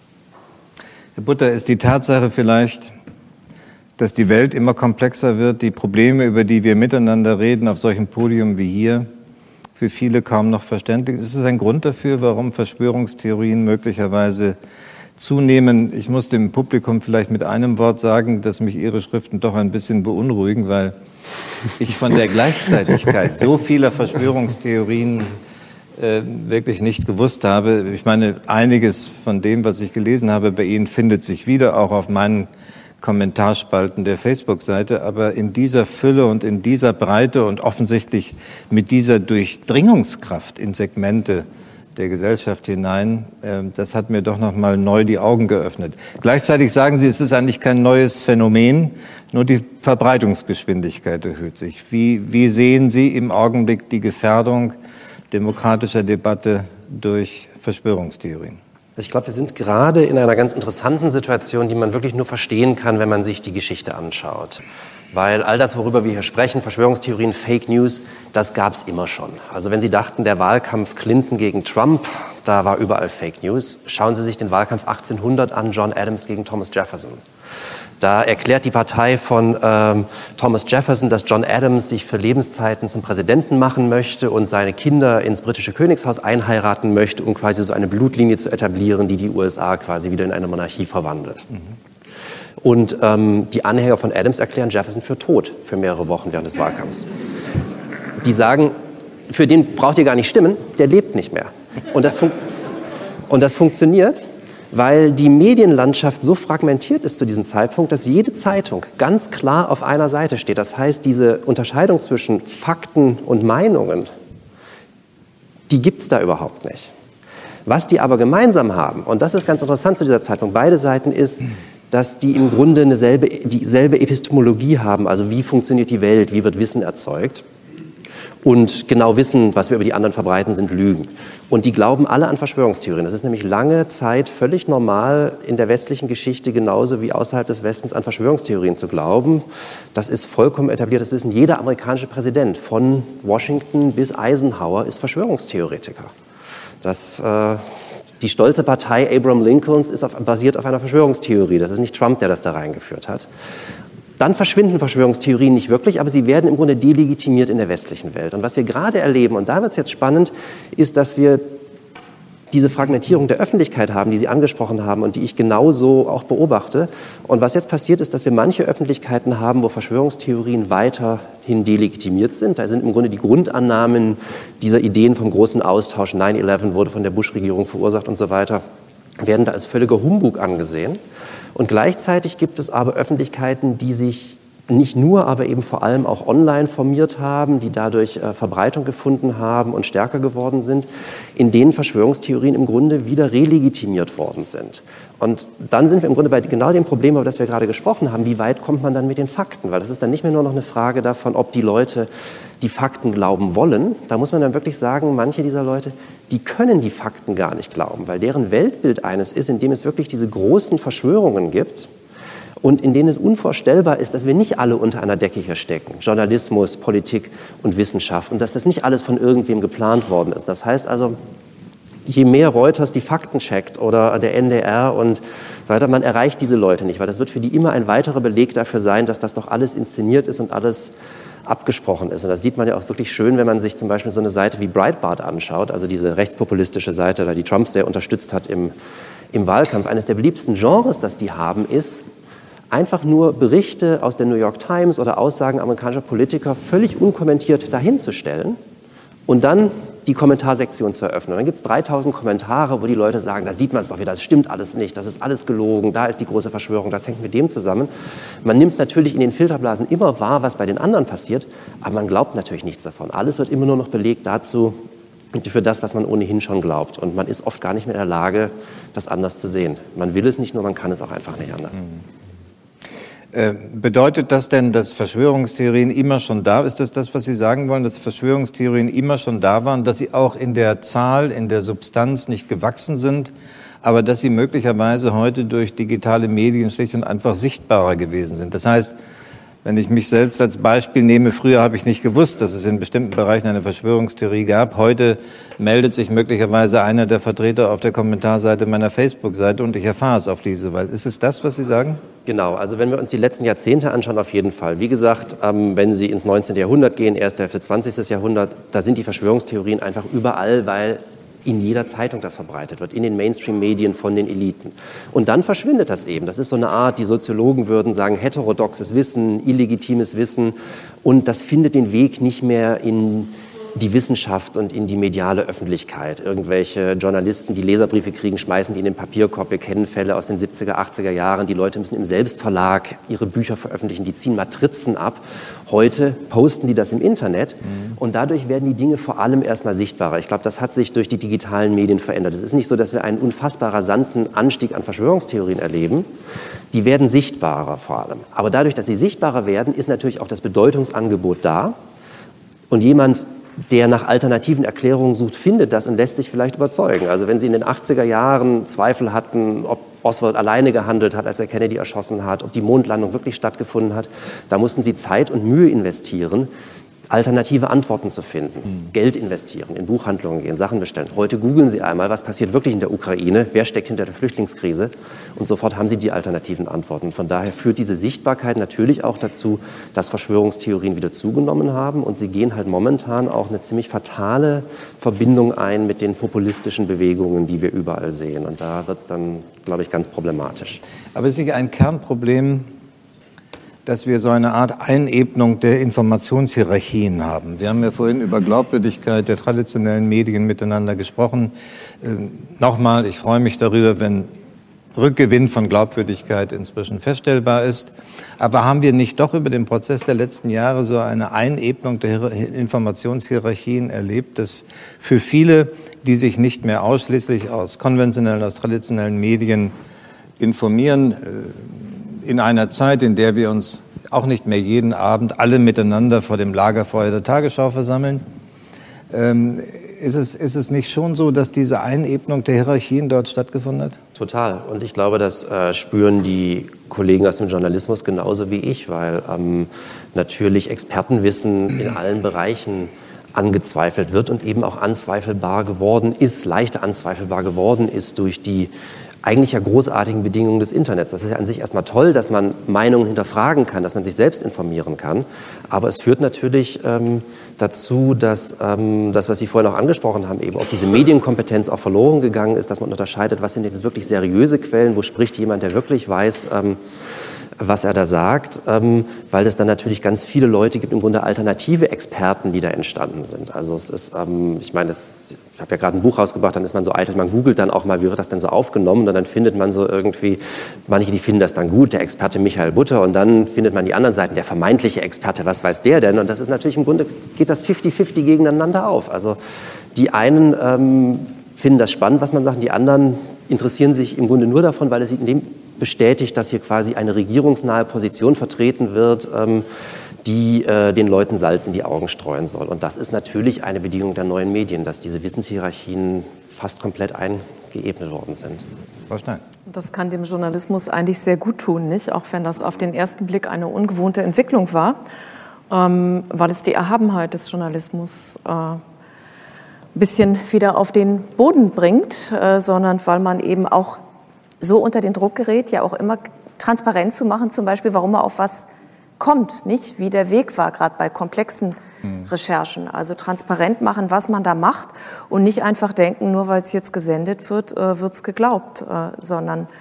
Herr Butter, ist die Tatsache vielleicht, dass die Welt immer komplexer wird, die Probleme, über die wir miteinander reden, auf solchem Podium wie hier, für viele kaum noch verständlich? Ist es ein Grund dafür, warum Verschwörungstheorien möglicherweise zunehmen? Ich muss dem Publikum vielleicht mit einem Wort sagen, dass mich Ihre Schriften doch ein bisschen beunruhigen, weil ich von der Gleichzeitigkeit so vieler Verschwörungstheorien wirklich nicht gewusst habe. Ich meine, einiges von dem, was ich gelesen habe bei Ihnen, findet sich wieder, auch auf meinen Kommentarspalten der Facebook-Seite, aber in dieser Fülle und in dieser Breite und offensichtlich mit dieser Durchdringungskraft in Segmente der Gesellschaft hinein, das hat mir doch noch mal neu die Augen geöffnet. Gleichzeitig sagen Sie, es ist eigentlich kein neues Phänomen, nur die Verbreitungsgeschwindigkeit erhöht sich. Wie sehen Sie im Augenblick die Gefährdung demokratischer Debatte durch Verschwörungstheorien? Ich glaube, wir sind gerade in einer ganz interessanten Situation, die man wirklich nur verstehen kann, wenn man sich die Geschichte anschaut. Weil all das, worüber wir hier sprechen, Verschwörungstheorien, Fake News, das gab es immer schon. Also wenn Sie dachten, der Wahlkampf Clinton gegen Trump, da war überall Fake News. Schauen Sie sich den Wahlkampf 1800 an, John Adams gegen Thomas Jefferson. Da erklärt die Partei von Thomas Jefferson, dass John Adams sich für Lebenszeiten zum Präsidenten machen möchte und seine Kinder ins britische Königshaus einheiraten möchte, um quasi so eine Blutlinie zu etablieren, die die USA quasi wieder in eine Monarchie verwandelt. Und die Anhänger von Adams erklären Jefferson für tot für mehrere Wochen während des Wahlkampfs. Die sagen, für den braucht ihr gar nicht stimmen, der lebt nicht mehr. Und das funktioniert, weil die Medienlandschaft so fragmentiert ist zu diesem Zeitpunkt, dass jede Zeitung ganz klar auf einer Seite steht. Das heißt, diese Unterscheidung zwischen Fakten und Meinungen, die gibt es da überhaupt nicht. Was die aber gemeinsam haben, und das ist ganz interessant zu dieser Zeitpunkt, beide Seiten ist, dass die im Grunde dieselbe Epistemologie haben, also wie funktioniert die Welt, wie wird Wissen erzeugt. Und genau wissen, was wir über die anderen verbreiten, sind Lügen. Und die glauben alle an Verschwörungstheorien. Das ist nämlich lange Zeit völlig normal in der westlichen Geschichte, genauso wie außerhalb des Westens, an Verschwörungstheorien zu glauben. Das ist vollkommen etabliertes Wissen. Jeder amerikanische Präsident, von Washington bis Eisenhower, ist Verschwörungstheoretiker. Die stolze Partei Abraham Lincolns basiert auf einer Verschwörungstheorie. Das ist nicht Trump, der das da reingeführt hat. Dann verschwinden Verschwörungstheorien nicht wirklich, aber sie werden im Grunde delegitimiert in der westlichen Welt. Und was wir gerade erleben, und da wird es jetzt spannend, ist, dass wir diese Fragmentierung der Öffentlichkeit haben, die Sie angesprochen haben und die ich genauso auch beobachte. Und was jetzt passiert ist, dass wir manche Öffentlichkeiten haben, wo Verschwörungstheorien weiterhin delegitimiert sind. Da sind im Grunde die Grundannahmen dieser Ideen vom großen Austausch, 9/11 wurde von der Bush-Regierung verursacht und so weiter, werden da als völliger Humbug angesehen. Und gleichzeitig gibt es aber Öffentlichkeiten, die sich nicht nur, aber eben vor allem auch online formiert haben, die dadurch Verbreitung gefunden haben und stärker geworden sind, in denen Verschwörungstheorien im Grunde wieder relegitimiert worden sind. Und dann sind wir im Grunde bei genau dem Problem, über das wir gerade gesprochen haben, wie weit kommt man dann mit den Fakten? Weil das ist dann nicht mehr nur noch eine Frage davon, ob die Leute die Fakten glauben wollen. Da muss man dann wirklich sagen, manche dieser Leute, die können die Fakten gar nicht glauben, weil deren Weltbild eines ist, in dem es wirklich diese großen Verschwörungen gibt, und in denen es unvorstellbar ist, dass wir nicht alle unter einer Decke hier stecken. Journalismus, Politik und Wissenschaft. Und dass das nicht alles von irgendwem geplant worden ist. Das heißt also, je mehr Reuters die Fakten checkt oder der NDR und so weiter, man erreicht diese Leute nicht. Weil das wird für die immer ein weiterer Beleg dafür sein, dass das doch alles inszeniert ist und alles abgesprochen ist. Und das sieht man ja auch wirklich schön, wenn man sich zum Beispiel so eine Seite wie Breitbart anschaut, also diese rechtspopulistische Seite, die Trump sehr unterstützt hat im Wahlkampf. Eines der beliebtesten Genres, das die haben, ist einfach nur Berichte aus der New York Times oder Aussagen amerikanischer Politiker völlig unkommentiert dahinzustellen und dann die Kommentarsektion zu eröffnen. Und dann gibt es 3000 Kommentare, wo die Leute sagen, da sieht man es doch wieder, das stimmt alles nicht, das ist alles gelogen, da ist die große Verschwörung, das hängt mit dem zusammen. Man nimmt natürlich in den Filterblasen immer wahr, was bei den anderen passiert, aber man glaubt natürlich nichts davon. Alles wird immer nur noch belegt dazu, für das, was man ohnehin schon glaubt. Und man ist oft gar nicht mehr in der Lage, das anders zu sehen. Man will es nicht nur, man kann es auch einfach nicht anders. Bedeutet das denn, dass Verschwörungstheorien immer schon da, ist das, was Sie sagen wollen, dass Verschwörungstheorien immer schon da waren, dass sie auch in der Zahl, in der Substanz nicht gewachsen sind, aber dass sie möglicherweise heute durch digitale Medien schlicht und einfach sichtbarer gewesen sind? Das heißt, wenn ich mich selbst als Beispiel nehme, früher habe ich nicht gewusst, dass es in bestimmten Bereichen eine Verschwörungstheorie gab. Heute meldet sich möglicherweise einer der Vertreter auf der Kommentarseite meiner Facebook-Seite und ich erfahre es auf diese Weise. Ist es das, was Sie sagen? Genau, also wenn wir uns die letzten Jahrzehnte anschauen, auf jeden Fall. Wie gesagt, wenn Sie ins 19. Jahrhundert gehen, erste Hälfte 20. Jahrhundert, da sind die Verschwörungstheorien einfach überall, weil in jeder Zeitung das verbreitet wird, in den Mainstream-Medien von den Eliten. Und dann verschwindet das eben. Das ist so eine Art, die Soziologen würden sagen, heterodoxes Wissen, illegitimes Wissen. Und das findet den Weg nicht mehr in die Wissenschaft und in die mediale Öffentlichkeit. Irgendwelche Journalisten, die Leserbriefe kriegen, schmeißen die in den Papierkorb. Wir kennen Fälle aus den 70er, 80er Jahren. Die Leute müssen im Selbstverlag ihre Bücher veröffentlichen. Die ziehen Matrizen ab. Heute posten die das im Internet. Und dadurch werden die Dinge vor allem erstmal sichtbarer. Ich glaube, das hat sich durch die digitalen Medien verändert. Es ist nicht so, dass wir einen unfassbar rasanten Anstieg an Verschwörungstheorien erleben. Die werden sichtbarer vor allem. Aber dadurch, dass sie sichtbarer werden, ist natürlich auch das Bedeutungsangebot da. Und jemand, der nach alternativen Erklärungen sucht, findet das und lässt sich vielleicht überzeugen. Also wenn Sie in den 80er Jahren Zweifel hatten, ob Oswald alleine gehandelt hat, als er Kennedy erschossen hat, ob die Mondlandung wirklich stattgefunden hat, da mussten Sie Zeit und Mühe investieren, alternative Antworten zu finden, Geld investieren, in Buchhandlungen gehen, Sachen bestellen. Heute googeln Sie einmal, was passiert wirklich in der Ukraine, wer steckt hinter der Flüchtlingskrise und sofort haben Sie die alternativen Antworten. Von daher führt diese Sichtbarkeit natürlich auch dazu, dass Verschwörungstheorien wieder zugenommen haben und sie gehen halt momentan auch eine ziemlich fatale Verbindung ein mit den populistischen Bewegungen, die wir überall sehen. Und da wird es dann, glaube ich, ganz problematisch. Aber ist nicht ein Kernproblem, dass wir so eine Art Einebnung der Informationshierarchien haben? Wir haben ja vorhin über Glaubwürdigkeit der traditionellen Medien miteinander gesprochen. Nochmal, ich freue mich darüber, wenn Rückgewinn von Glaubwürdigkeit inzwischen feststellbar ist. Aber haben wir nicht doch über den Prozess der letzten Jahre so eine Einebnung der Informationshierarchien erlebt, dass für viele, die sich nicht mehr ausschließlich aus konventionellen, aus traditionellen Medien informieren, in einer Zeit, in der wir uns auch nicht mehr jeden Abend alle miteinander vor dem Lagerfeuer der Tagesschau versammeln, ist es nicht schon so, dass diese Einebnung der Hierarchien dort stattgefunden hat? Total. Und ich glaube, das spüren die Kollegen aus dem Journalismus genauso wie ich, weil natürlich Expertenwissen in allen Bereichen angezweifelt wird und eben auch anzweifelbar geworden ist, leichter anzweifelbar geworden ist durch die eigentlich ja großartigen Bedingungen des Internets. Das ist ja an sich erstmal toll, dass man Meinungen hinterfragen kann, dass man sich selbst informieren kann. Aber es führt natürlich dazu, dass das, was Sie vorhin auch angesprochen haben, eben ob diese Medienkompetenz auch verloren gegangen ist, dass man unterscheidet, was sind jetzt wirklich seriöse Quellen, wo spricht jemand, der wirklich weiß, was er da sagt, weil es dann natürlich ganz viele Leute gibt, im Grunde alternative Experten, die da entstanden sind. Also es ist, ich meine, ich habe ja gerade ein Buch rausgebracht, dann ist man so eitel, man googelt dann auch mal, wie wird das denn so aufgenommen und dann findet man so irgendwie, manche, die finden das dann gut, der Experte Michael Butter und dann findet man die anderen Seiten, der vermeintliche Experte, was weiß der denn? Und das ist natürlich im Grunde, geht das 50-50 gegeneinander auf. Also die einen finden das spannend, was man sagt, die anderen interessieren sich im Grunde nur davon, weil es in dem bestätigt, dass hier quasi eine regierungsnahe Position vertreten wird, die den Leuten Salz in die Augen streuen soll. Und das ist natürlich eine Bedingung der neuen Medien, dass diese Wissenshierarchien fast komplett eingeebnet worden sind. Frau Stein. Das kann dem Journalismus eigentlich sehr gut tun, nicht? Auch wenn das auf den ersten Blick eine ungewohnte Entwicklung war, weil es die Erhabenheit des Journalismus ein bisschen wieder auf den Boden bringt, sondern weil man eben auch so unter den Druck gerät, ja auch immer transparent zu machen, zum Beispiel, warum man auf was kommt, nicht? Wie der Weg war, gerade bei komplexen Recherchen. Also transparent machen, was man da macht und nicht einfach denken, nur weil es jetzt gesendet wird, wird es geglaubt, sondern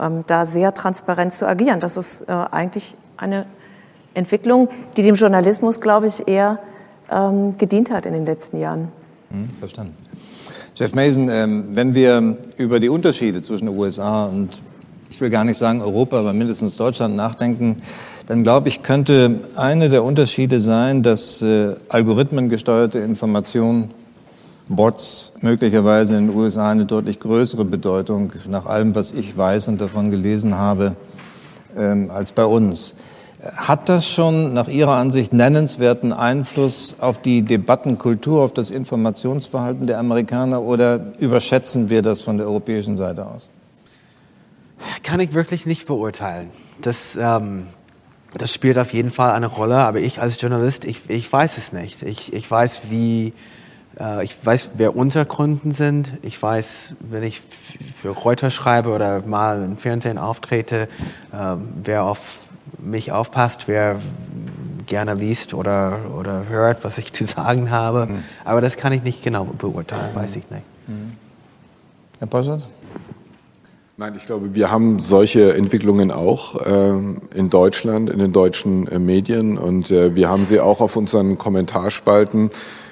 da sehr transparent zu agieren. Das ist eigentlich eine Entwicklung, die dem Journalismus, glaube ich, eher gedient hat in den letzten Jahren. Verstanden. Jeff Mason, wenn wir über die Unterschiede zwischen den USA und, ich will gar nicht sagen Europa, aber mindestens Deutschland nachdenken, dann glaube ich, könnte eine der Unterschiede sein, dass algorithmengesteuerte Information, Bots möglicherweise in den USA eine deutlich größere Bedeutung, nach allem, was ich weiß und davon gelesen habe, als bei uns. Hat das schon nach Ihrer Ansicht nennenswerten Einfluss auf die Debattenkultur, auf das Informationsverhalten der Amerikaner, oder überschätzen wir das von der europäischen Seite aus? Kann ich wirklich nicht beurteilen. Das spielt auf jeden Fall eine Rolle, aber ich als Journalist, ich weiß es nicht. Ich weiß, wer unsere Kunden sind. Ich weiß, wenn ich für Reuters schreibe oder mal im Fernsehen auftrete, wer auf mich aufpasst, wer gerne liest oder hört, was ich zu sagen habe. Aber das kann ich nicht genau beurteilen, weiß ich nicht. Herr Poschardt? Nein, ich glaube, wir haben solche Entwicklungen auch in Deutschland, in den deutschen Medien, und wir haben sie auch auf unseren Kommentarspalten.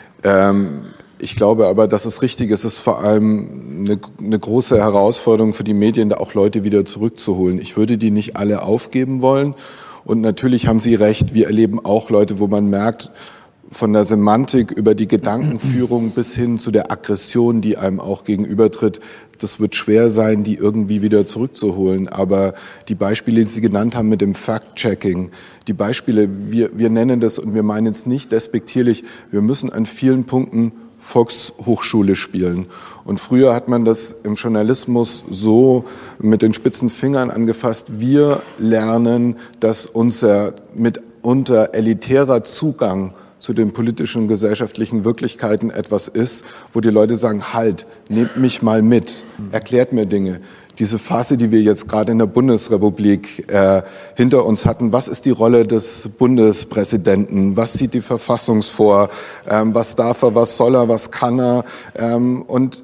Ich glaube aber, dass es richtig ist, es ist vor allem eine große Herausforderung für die Medien, da auch Leute wieder zurückzuholen. Ich würde die nicht alle aufgeben wollen. Und natürlich haben Sie recht, wir erleben auch Leute, wo man merkt, von der Semantik über die Gedankenführung bis hin zu der Aggression, die einem auch gegenübertritt, das wird schwer sein, die irgendwie wieder zurückzuholen. Aber die Beispiele, die Sie genannt haben mit dem Fact-Checking, die Beispiele, wir nennen das, und wir meinen es nicht despektierlich, wir müssen an vielen Punkten Volkshochschule spielen. Und früher hat man das im Journalismus so mit den spitzen Fingern angefasst. Wir lernen, dass unser mitunter elitärer Zugang zu den politischen und gesellschaftlichen Wirklichkeiten etwas ist, wo die Leute sagen, halt, nehmt mich mal mit, erklärt mir Dinge. Diese Phase, die wir jetzt gerade in der Bundesrepublik hinter uns hatten, was ist die Rolle des Bundespräsidenten, was sieht die Verfassung vor, was darf er, was soll er, was kann er, und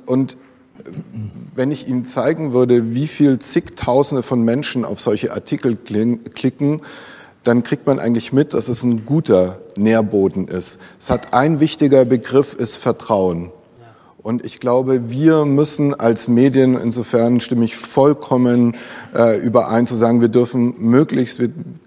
wenn ich Ihnen zeigen würde, wie viel zigtausende von Menschen auf solche Artikel klicken, dann kriegt man eigentlich mit, dass es ein guter Nährboden ist. Es hat ein wichtiger Begriff, ist Vertrauen. Und ich glaube, wir müssen als Medien, insofern stimme ich vollkommen überein, zu sagen, wir dürfen möglichst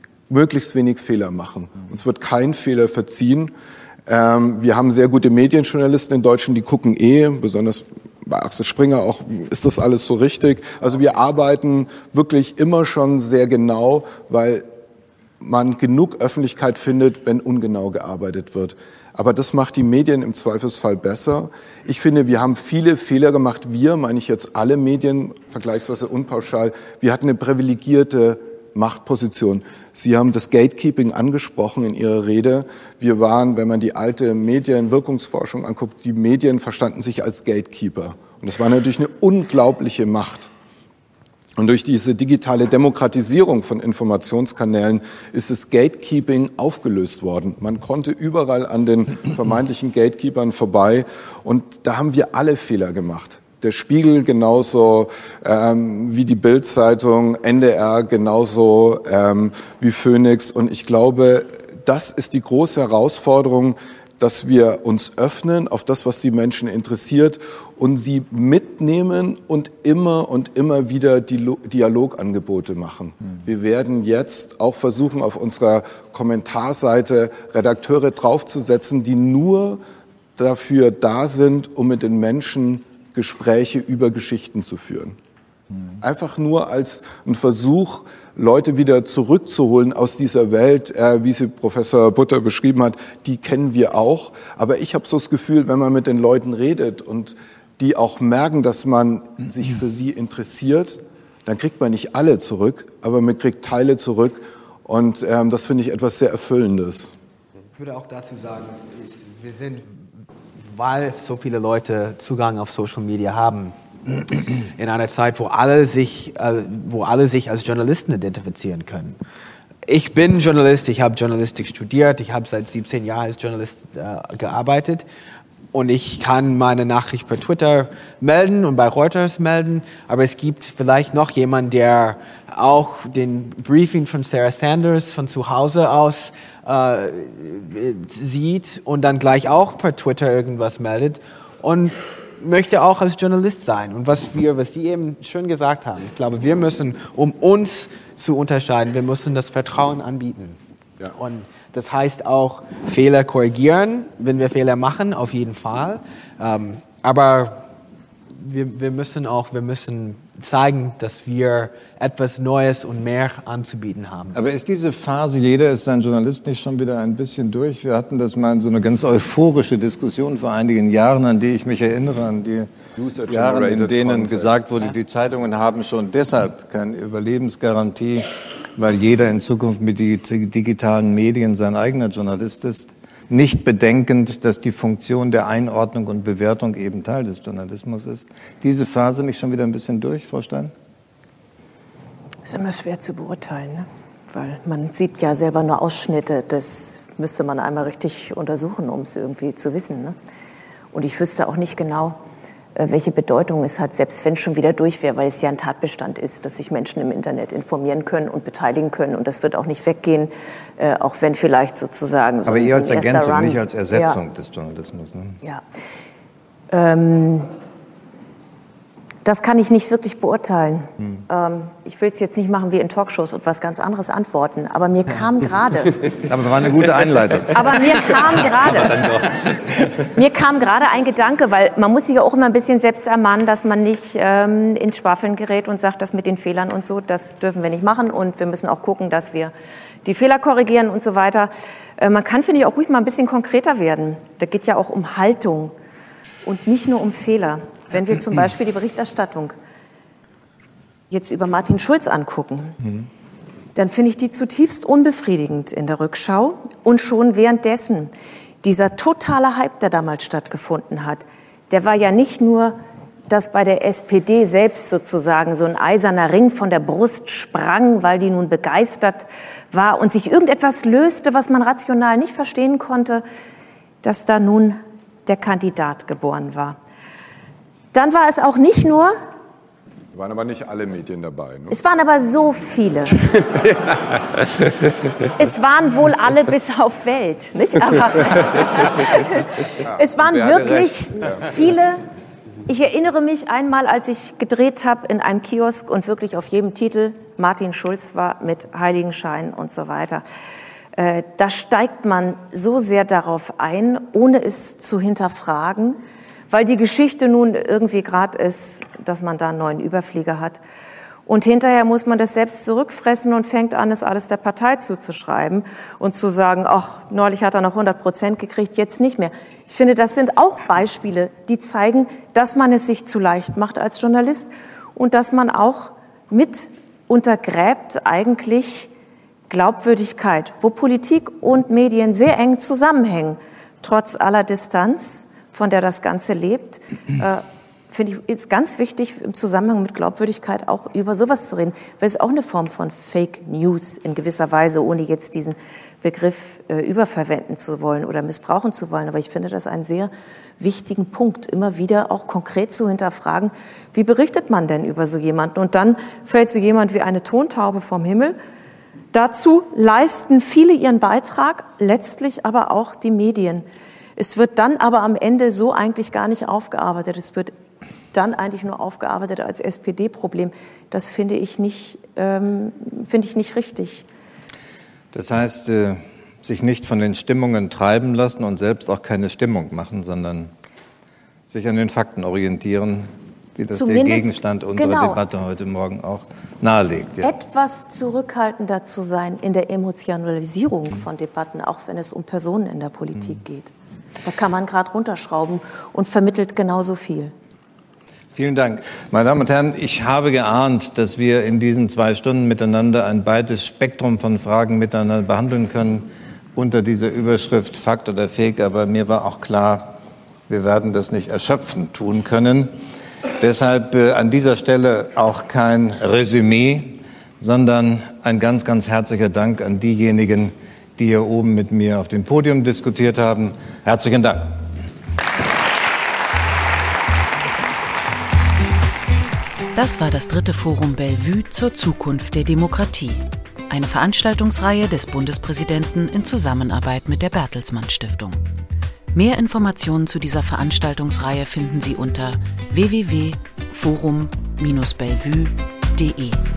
wenig Fehler machen. Uns wird kein Fehler verziehen. Wir haben sehr gute Medienjournalisten in Deutschland, die gucken besonders bei Axel Springer auch, ist das alles so richtig? Also wir arbeiten wirklich immer schon sehr genau, weil man genug Öffentlichkeit findet, wenn ungenau gearbeitet wird. Aber das macht die Medien im Zweifelsfall besser. Ich finde, wir haben viele Fehler gemacht. Wir, meine ich jetzt alle Medien, vergleichsweise unpauschal, wir hatten eine privilegierte Machtposition. Sie haben das Gatekeeping angesprochen in Ihrer Rede. Wir waren, wenn man die alte Medienwirkungsforschung anguckt, die Medien verstanden sich als Gatekeeper. Und das war natürlich eine unglaubliche Macht. Und durch diese digitale Demokratisierung von Informationskanälen ist das Gatekeeping aufgelöst worden. Man konnte überall an den vermeintlichen Gatekeepern vorbei, und da haben wir alle Fehler gemacht. Der Spiegel genauso wie die Bild-Zeitung, NDR genauso wie Phoenix. Und ich glaube, das ist die große Herausforderung, dass wir uns öffnen auf das, was die Menschen interessiert, und sie mitnehmen und immer wieder Dialogangebote machen. Wir werden jetzt auch versuchen, auf unserer Kommentarseite Redakteure draufzusetzen, die nur dafür da sind, um mit den Menschen Gespräche über Geschichten zu führen. Einfach nur als ein Versuch, Leute wieder zurückzuholen aus dieser Welt, wie sie Professor Butter beschrieben hat, die kennen wir auch. Aber ich habe so das Gefühl, wenn man mit den Leuten redet und die auch merken, dass man sich für sie interessiert, dann kriegt man nicht alle zurück, aber man kriegt Teile zurück. Und das finde ich etwas sehr Erfüllendes. Ich würde auch dazu sagen, wir sind, weil so viele Leute Zugang auf Social Media haben, in einer Zeit, wo alle sich als Journalisten identifizieren können. Ich bin Journalist, ich habe Journalistik studiert, ich habe seit 17 Jahren als Journalist gearbeitet. Und ich kann meine Nachricht per Twitter melden und bei Reuters melden. Aber es gibt vielleicht noch jemanden, der auch den Briefing von Sarah Sanders von zu Hause aus sieht und dann gleich auch per Twitter irgendwas meldet und möchte auch als Journalist sein. Und was Sie eben schön gesagt haben, ich glaube, wir müssen, um uns zu unterscheiden, wir müssen das Vertrauen anbieten. Ja. Und das heißt auch Fehler korrigieren, wenn wir Fehler machen, auf jeden Fall. Aber wir müssen zeigen, dass wir etwas Neues und mehr anzubieten haben. Aber ist diese Phase, jeder ist ein Journalist, nicht schon wieder ein bisschen durch? Wir hatten das mal in so eine ganz euphorische Diskussion vor einigen Jahren, an die ich mich erinnere, an die Jahre, in denen gesagt wurde, die Zeitungen haben schon deshalb keine Überlebensgarantie, weil jeder in Zukunft mit digitalen Medien sein eigener Journalist ist, nicht bedenkend, dass die Funktion der Einordnung und Bewertung eben Teil des Journalismus ist. Diese Phase nicht schon wieder ein bisschen durch, Frau Stein? Das ist immer schwer zu beurteilen, ne? Weil man sieht ja selber nur Ausschnitte. Das müsste man einmal richtig untersuchen, um es irgendwie zu wissen, ne? Und ich wüsste auch nicht genau, welche Bedeutung es hat, selbst wenn es schon wieder durch wäre, weil es ja ein Tatbestand ist, dass sich Menschen im Internet informieren können und beteiligen können. Und das wird auch nicht weggehen, auch wenn vielleicht sozusagen... Aber eher als Ergänzung, nicht als Ersetzung des Journalismus. Ne? Ja. Das kann ich nicht wirklich beurteilen. Ich will es jetzt nicht machen wie in Talkshows und was ganz anderes antworten, aber mir kam gerade... Aber war eine gute Einleitung. Aber mir kam gerade ein Gedanke, weil man muss sich ja auch immer ein bisschen selbst ermahnen, dass man nicht ins Schwafeln gerät und sagt, das mit den Fehlern und so, das dürfen wir nicht machen und wir müssen auch gucken, dass wir die Fehler korrigieren und so weiter. Man kann, finde ich, auch ruhig mal ein bisschen konkreter werden. Da geht ja auch um Haltung und nicht nur um Fehler. Wenn wir zum Beispiel die Berichterstattung jetzt über Martin Schulz angucken, dann finde ich die zutiefst unbefriedigend in der Rückschau. Und schon währenddessen, dieser totale Hype, der damals stattgefunden hat, der war ja nicht nur, dass bei der SPD selbst sozusagen so ein eiserner Ring von der Brust sprang, weil die nun begeistert war und sich irgendetwas löste, was man rational nicht verstehen konnte, dass da nun der Kandidat geboren war. Dann war es auch nicht nur... Waren aber nicht alle Medien dabei. Ne? Es waren aber so viele. Es waren wohl alle bis auf Welt, nicht? Aber es waren wirklich viele. Ich erinnere mich einmal, als ich gedreht habe in einem Kiosk und wirklich auf jedem Titel Martin Schulz war mit Heiligenschein und so weiter. Da steigt man so sehr darauf ein, ohne es zu hinterfragen, weil die Geschichte nun irgendwie gerade ist, dass man da einen neuen Überflieger hat. Und hinterher muss man das selbst zurückfressen und fängt an, es alles der Partei zuzuschreiben und zu sagen, ach, neulich hat er noch 100% gekriegt, jetzt nicht mehr. Ich finde, das sind auch Beispiele, die zeigen, dass man es sich zu leicht macht als Journalist und dass man auch mit untergräbt eigentlich Glaubwürdigkeit, wo Politik und Medien sehr eng zusammenhängen, trotz aller Distanz, von der das Ganze lebt, finde ich, ist ganz wichtig, im Zusammenhang mit Glaubwürdigkeit auch über sowas zu reden, weil es auch eine Form von Fake News in gewisser Weise, ohne jetzt diesen Begriff überverwenden zu wollen oder missbrauchen zu wollen. Aber ich finde das einen sehr wichtigen Punkt, immer wieder auch konkret zu hinterfragen, wie berichtet man denn über so jemanden? Und dann fällt so jemand wie eine Tontaube vom Himmel. Dazu leisten viele ihren Beitrag, letztlich aber auch die Medien. Es wird dann aber am Ende so eigentlich gar nicht aufgearbeitet. Es wird dann eigentlich nur aufgearbeitet als SPD-Problem. Das finde ich nicht richtig. Das heißt, sich nicht von den Stimmungen treiben lassen und selbst auch keine Stimmung machen, sondern sich an den Fakten orientieren, wie das der Gegenstand unserer Debatte heute Morgen auch nahelegt. Ja. Etwas zurückhaltender zu sein in der Emotionalisierung von Debatten, auch wenn es um Personen in der Politik geht. Da kann man gerade runterschrauben und vermittelt genauso viel. Vielen Dank. Meine Damen und Herren, ich habe geahnt, dass wir in diesen 2 Stunden miteinander ein breites Spektrum von Fragen miteinander behandeln können unter dieser Überschrift Fakt oder Fake. Aber mir war auch klar, wir werden das nicht erschöpfend tun können. Deshalb an dieser Stelle auch kein Resümee, sondern ein ganz, ganz herzlicher Dank an diejenigen, die hier oben mit mir auf dem Podium diskutiert haben. Herzlichen Dank. Das war das 3. Forum Bellevue zur Zukunft der Demokratie. Eine Veranstaltungsreihe des Bundespräsidenten in Zusammenarbeit mit der Bertelsmann Stiftung. Mehr Informationen zu dieser Veranstaltungsreihe finden Sie unter www.forum-bellevue.de.